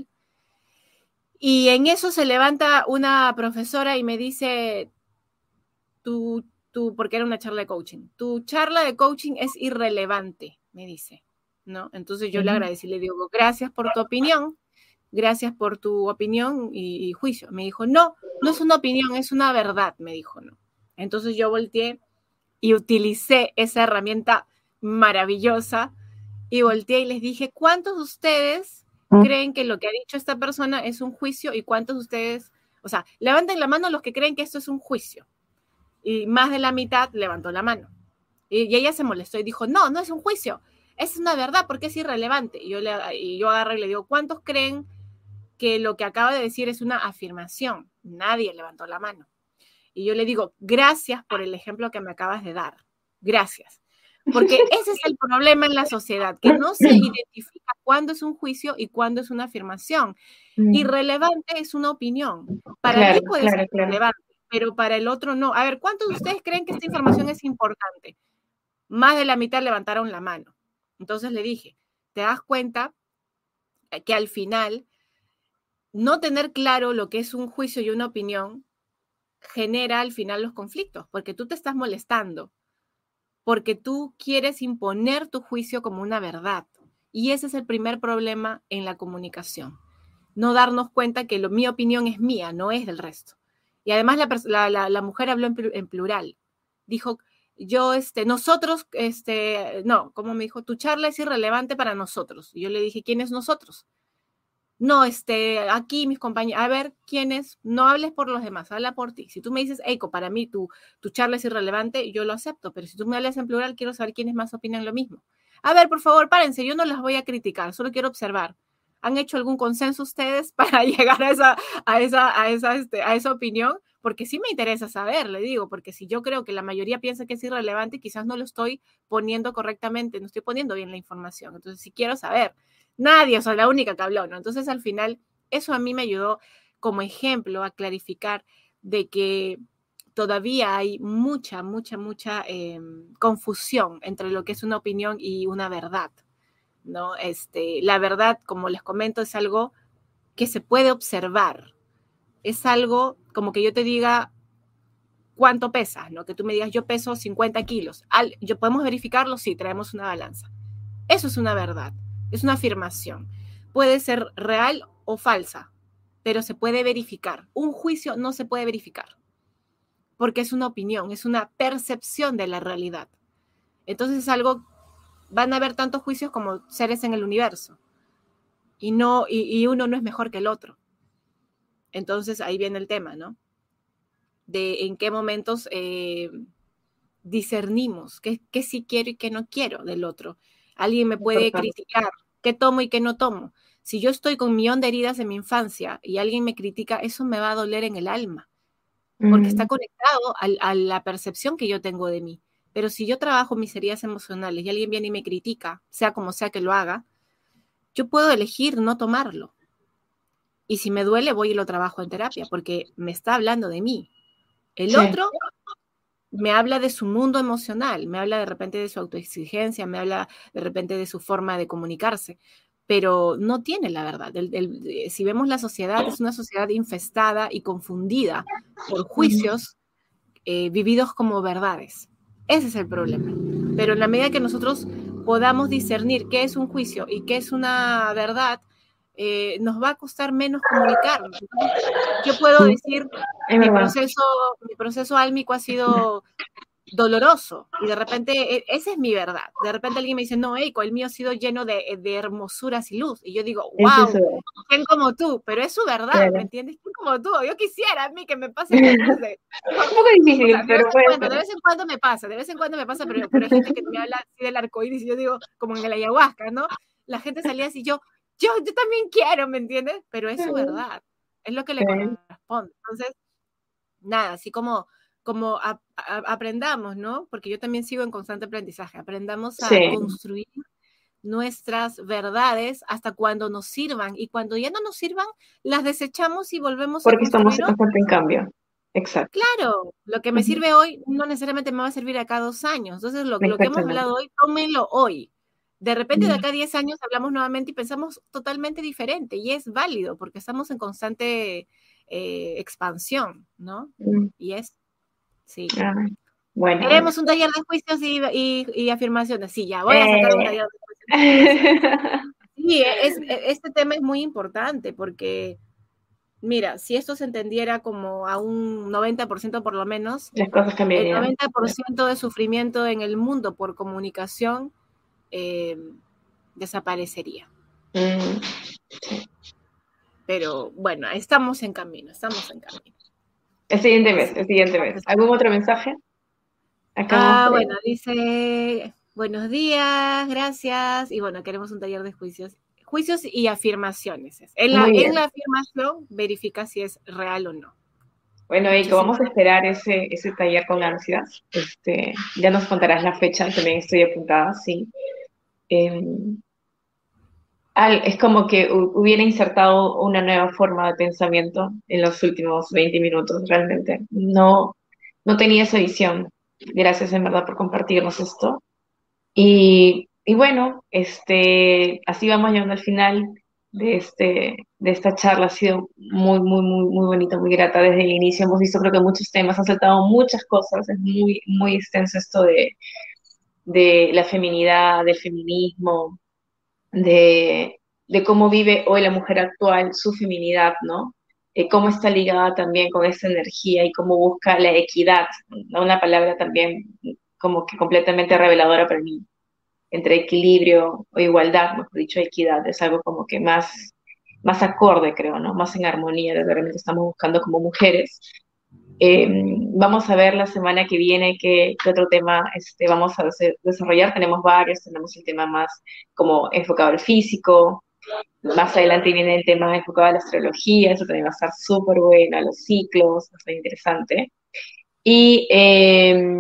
y en eso se levanta una profesora y me dice, tu, tu, porque era una charla de coaching, tu charla de coaching es irrelevante, me dice, ¿no? Entonces yo le Ujú. agradecí, le digo, gracias por tu opinión, gracias por tu opinión y, y juicio. Me dijo, no, no es una opinión, es una verdad, me dijo, ¿no? Entonces yo volteé y utilicé esa herramienta maravillosa y volteé y les dije, ¿cuántos de ustedes creen que lo que ha dicho esta persona es un juicio y cuántos de ustedes, o sea, levanten la mano los que creen que esto es un juicio? Y más de la mitad levantó la mano. Y, y ella se molestó y dijo, no, no es un juicio, es una verdad porque es irrelevante. Y yo, le, y yo agarro y le digo, ¿cuántos creen que lo que acaba de decir es una afirmación? Nadie levantó la mano. Y yo le digo, gracias por el ejemplo que me acabas de dar. Gracias. Porque ese es el problema en la sociedad, que no se identifica cuándo es un juicio y cuándo es una afirmación. Mm. Irrelevante es una opinión. Para Claro, mí puede ser claro, claro. relevante, pero para el otro no. A ver, ¿cuántos de ustedes creen que esta información es importante? Más de la mitad levantaron la mano. Entonces le dije, ¿te das cuenta que al final no tener claro lo que es un juicio y una opinión genera al final los conflictos? Porque tú te estás molestando, porque tú quieres imponer tu juicio como una verdad. Y ese es el primer problema en la comunicación. No darnos cuenta que lo, mi opinión es mía, no es del resto. Y además la, la, la, la mujer habló en, en, plural. Dijo, yo, este, nosotros, este, no, como me dijo, tu charla es irrelevante para nosotros. Y yo le dije, ¿quién es nosotros? No, este, aquí mis compañeros, a ver, ¿quién es? No hables por los demás, habla por ti. Si tú me dices, Eiko, para mí tu, tu charla es irrelevante, yo lo acepto, pero si tú me hablas en plural, quiero saber quiénes más opinan lo mismo. A ver, por favor, párense, yo no las voy a criticar, solo quiero observar. ¿Han hecho algún consenso ustedes para llegar a esa, a esa, a esa, este, a esa opinión? Porque sí me interesa saber, le digo, porque si yo creo que la mayoría piensa que es irrelevante, quizás no lo estoy poniendo correctamente, no estoy poniendo bien la información. Entonces, sí quiero saber. Nadie, o sea, la única que habló, ¿no? Entonces, al final, eso a mí me ayudó como ejemplo a clarificar de que todavía hay mucha, mucha, mucha eh, confusión entre lo que es una opinión y una verdad, ¿no? Este, la verdad, como les comento, es algo que se puede observar. Es algo como que yo te diga cuánto pesas, ¿no? Que tú me digas, yo peso cincuenta kilos. Al, ¿yo podemos verificarlo? Sí, traemos una balanza. Eso es una verdad, es una afirmación. Puede ser real o falsa, pero se puede verificar. Un juicio no se puede verificar, porque es una opinión, es una percepción de la realidad. Entonces es algo, van a haber tantos juicios como seres en el universo, y, no, y, y uno no es mejor que el otro. Entonces ahí viene el tema, ¿no? De en qué momentos eh, discernimos qué, qué sí quiero y qué no quiero del otro. Alguien me puede Importante. criticar qué tomo y qué no tomo. Si yo estoy con un millón de heridas en mi infancia y alguien me critica, eso me va a doler en el alma, porque está Mm. conectado a, a la percepción que yo tengo de mí. Pero si yo trabajo mis heridas emocionales y alguien viene y me critica, sea como sea que lo haga, yo puedo elegir no tomarlo. Y si me duele, voy y lo trabajo en terapia, porque me está hablando de mí. El Sí. otro me habla de su mundo emocional, me habla de repente de su autoexigencia, me habla de repente de su forma de comunicarse, pero no tiene la verdad. El, el, si vemos la sociedad, es una sociedad infestada y confundida por juicios eh, vividos como verdades. Ese es el problema. Pero en la medida que nosotros podamos discernir qué es un juicio y qué es una verdad, eh, nos va a costar menos comunicarnos. Yo puedo decir, Es mi verdad. proceso, mi proceso álmico ha sido doloroso y de repente e, esa es mi verdad. De repente alguien me dice, no, Eiko, el mío ha sido lleno de, de hermosuras y luz. Y yo digo, Es wow, eso. ¿quién como tú? Pero es su verdad, ¿me Claro. quién como tú? Yo quisiera a mí que me pase lo mismo. Un poco O sea, difícil, de vez pero en puede cuando, ser. de vez en cuando me pasa, de vez en cuando me pasa, pero, pero hay gente que me habla así del arco iris y yo digo, como en el ayahuasca, ¿no? La gente salía así, yo, yo, yo también quiero, ¿me entiendes? Pero es su verdad, es lo que le Sí. corresponde. Entonces, nada, así como, como a, a, aprendamos, ¿no? Porque yo también sigo en constante aprendizaje, aprendamos a Sí. construir nuestras verdades hasta cuando nos sirvan y cuando ya no nos sirvan, las desechamos y volvemos a Porque estamos construir en otras. constante en cambio. Exacto. Claro, lo que me Ujú. sirve hoy no necesariamente me va a servir acá dos años. Entonces, lo, lo que hemos Exactamente. hablado hoy, tómenlo hoy. De repente, de Mm. acá a diez años hablamos nuevamente y pensamos totalmente diferente y es válido porque estamos en constante eh, expansión, ¿no? Mm. Y es, sí. Ah, bueno, bueno. Queremos un taller de juicios y, y, y afirmaciones. Sí, ya voy a sacar un Eh. taller de juicios y afirmaciones. Sí, es, este tema es muy importante porque, mira, si esto se entendiera como a un noventa por ciento por lo menos, Las cosas el cambiarían. noventa por ciento de sufrimiento en el mundo por comunicación eh, desaparecería. Mm. Pero bueno, estamos en camino, estamos en camino. El siguiente mes, Así. el siguiente mes. ¿Algún otro mensaje? Acabamos Ah, de... bueno, dice, buenos días, gracias. Y bueno, queremos un taller de juicios. Juicios y afirmaciones. En la, Muy en bien. la afirmación verifica si es real o no. Bueno, Eiko, Muchísimas vamos a esperar ese, ese taller con ansias. Este, ya nos contarás la fecha, también estoy apuntada, sí. Eh, al- es como que hu- hubiera insertado una nueva forma de pensamiento en los últimos veinte minutos, realmente. No, no tenía esa visión. Gracias, en verdad, por compartirnos esto. Y, y bueno, este, así vamos llegando al final de, este, de esta charla. Ha sido muy, muy, muy, muy bonita, muy grata desde el inicio. Hemos visto, creo que muchos temas, han saltado muchas cosas. Es muy, muy extenso esto de, de la feminidad, del feminismo, de, de cómo vive hoy la mujer actual su feminidad, ¿no? Eh, cómo está ligada también con esa energía y cómo busca la equidad, ¿no? Una palabra también como que completamente reveladora para mí, entre equilibrio o igualdad, mejor dicho, equidad, es algo como que más, más acorde, creo, ¿no? Más en armonía de lo que realmente estamos buscando como mujeres. Eh, Vamos a ver la semana que viene qué, qué otro tema este, vamos a des- desarrollar. Tenemos varios, tenemos el tema más como enfocado al físico. Más adelante viene el tema enfocado a la astrología, eso también va a estar súper bueno, a los ciclos, va a estar interesante. Y eh,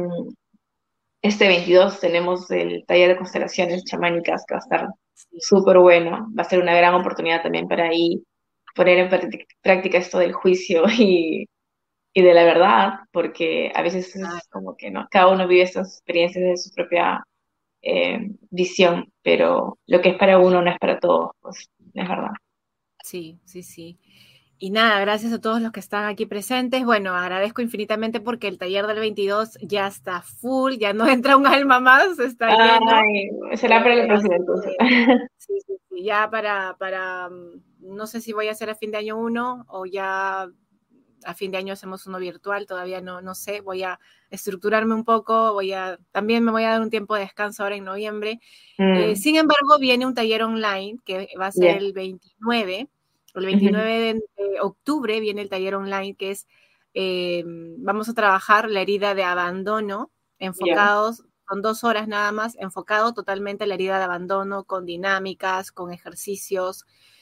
este veintidós tenemos el taller de constelaciones chamánicas que va a estar Sí. súper bueno. Va a ser una gran oportunidad también para ahí poner en práctica práctica esto del juicio y, y de la verdad, porque a veces Ah, es como que no, cada uno vive estas experiencias de su propia eh, visión, pero lo que es para uno no es para todos, pues es verdad. sí, sí, sí. Y nada, gracias a todos los que están aquí presentes. Bueno, agradezco infinitamente porque el taller del veintidós ya está full, ya no entra un alma más, está lleno. Ay, será para la Eh, próxima así entonces. que sí, sí, sí, ya para, para, mm, no sé si voy a hacer a fin de año uno o ya a fin de año hacemos uno virtual, todavía no, no sé, voy a estructurarme un poco, voy a, también me voy a dar un tiempo de descanso ahora en noviembre. Eh, Mm, sin embargo, viene un taller online que va a ser ya. el veintinueve, el Ujú. veintinueve de, de octubre viene el taller online que es, eh, vamos a trabajar la herida de abandono, Ya. enfocados, son dos horas nada más, enfocado totalmente a la herida de abandono, con dinámicas, con ejercicios.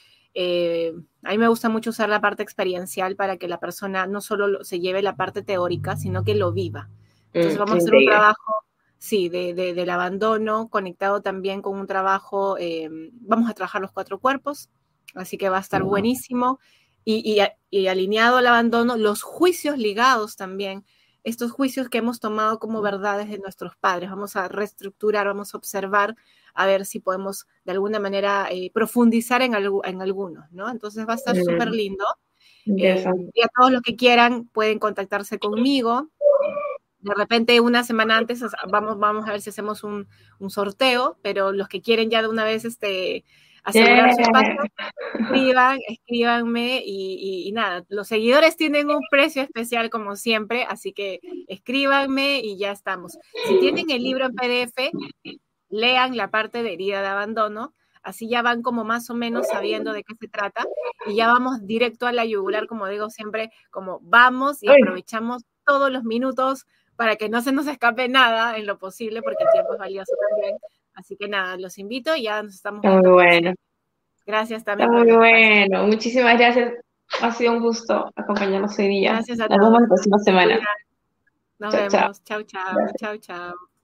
Eh, a mí me gusta mucho usar la parte experiencial para que la persona no solo se lleve la parte teórica, sino que lo viva. Entonces Mm, vamos a hacer un integre. trabajo, sí, de, de, del abandono, conectado también con un trabajo, eh, vamos a trabajar los cuatro cuerpos, así que va a estar Wow. buenísimo. y, y, y alineado al abandono, los juicios ligados también, estos juicios que hemos tomado como verdades de nuestros padres. Vamos a reestructurar, vamos a observar, a ver si podemos de alguna manera eh, profundizar en, algo, en algunos, ¿no? Entonces va a estar súper Mm, lindo. Eh, interesante. y a todos los que quieran pueden contactarse conmigo. De repente una semana antes vamos, vamos a ver si hacemos un, un sorteo, pero los que quieren ya de una vez este, asegurar su espacio, Yeah. escriban, escríbanme y, y, y nada, los seguidores tienen un precio especial como siempre, así que escríbanme y ya estamos. Si tienen el libro en P D F, lean la parte de herida de abandono, así ya van como más o menos sabiendo de qué se trata y ya vamos directo a la yugular, como digo siempre, como vamos y Uy, aprovechamos todos los minutos para que no se nos escape nada en lo posible, porque el tiempo es valioso también. Así que nada, los invito y ya nos estamos está muy viendo bueno. próximo. Gracias Está también por muy el espacio. bueno. Muchísimas gracias. Ha sido un gusto acompañarnos hoy día. Gracias a Nos vemos todos. la próxima Se semana. cuidan. Nos Chao, chao. vemos. Chau, chau, chau, chau.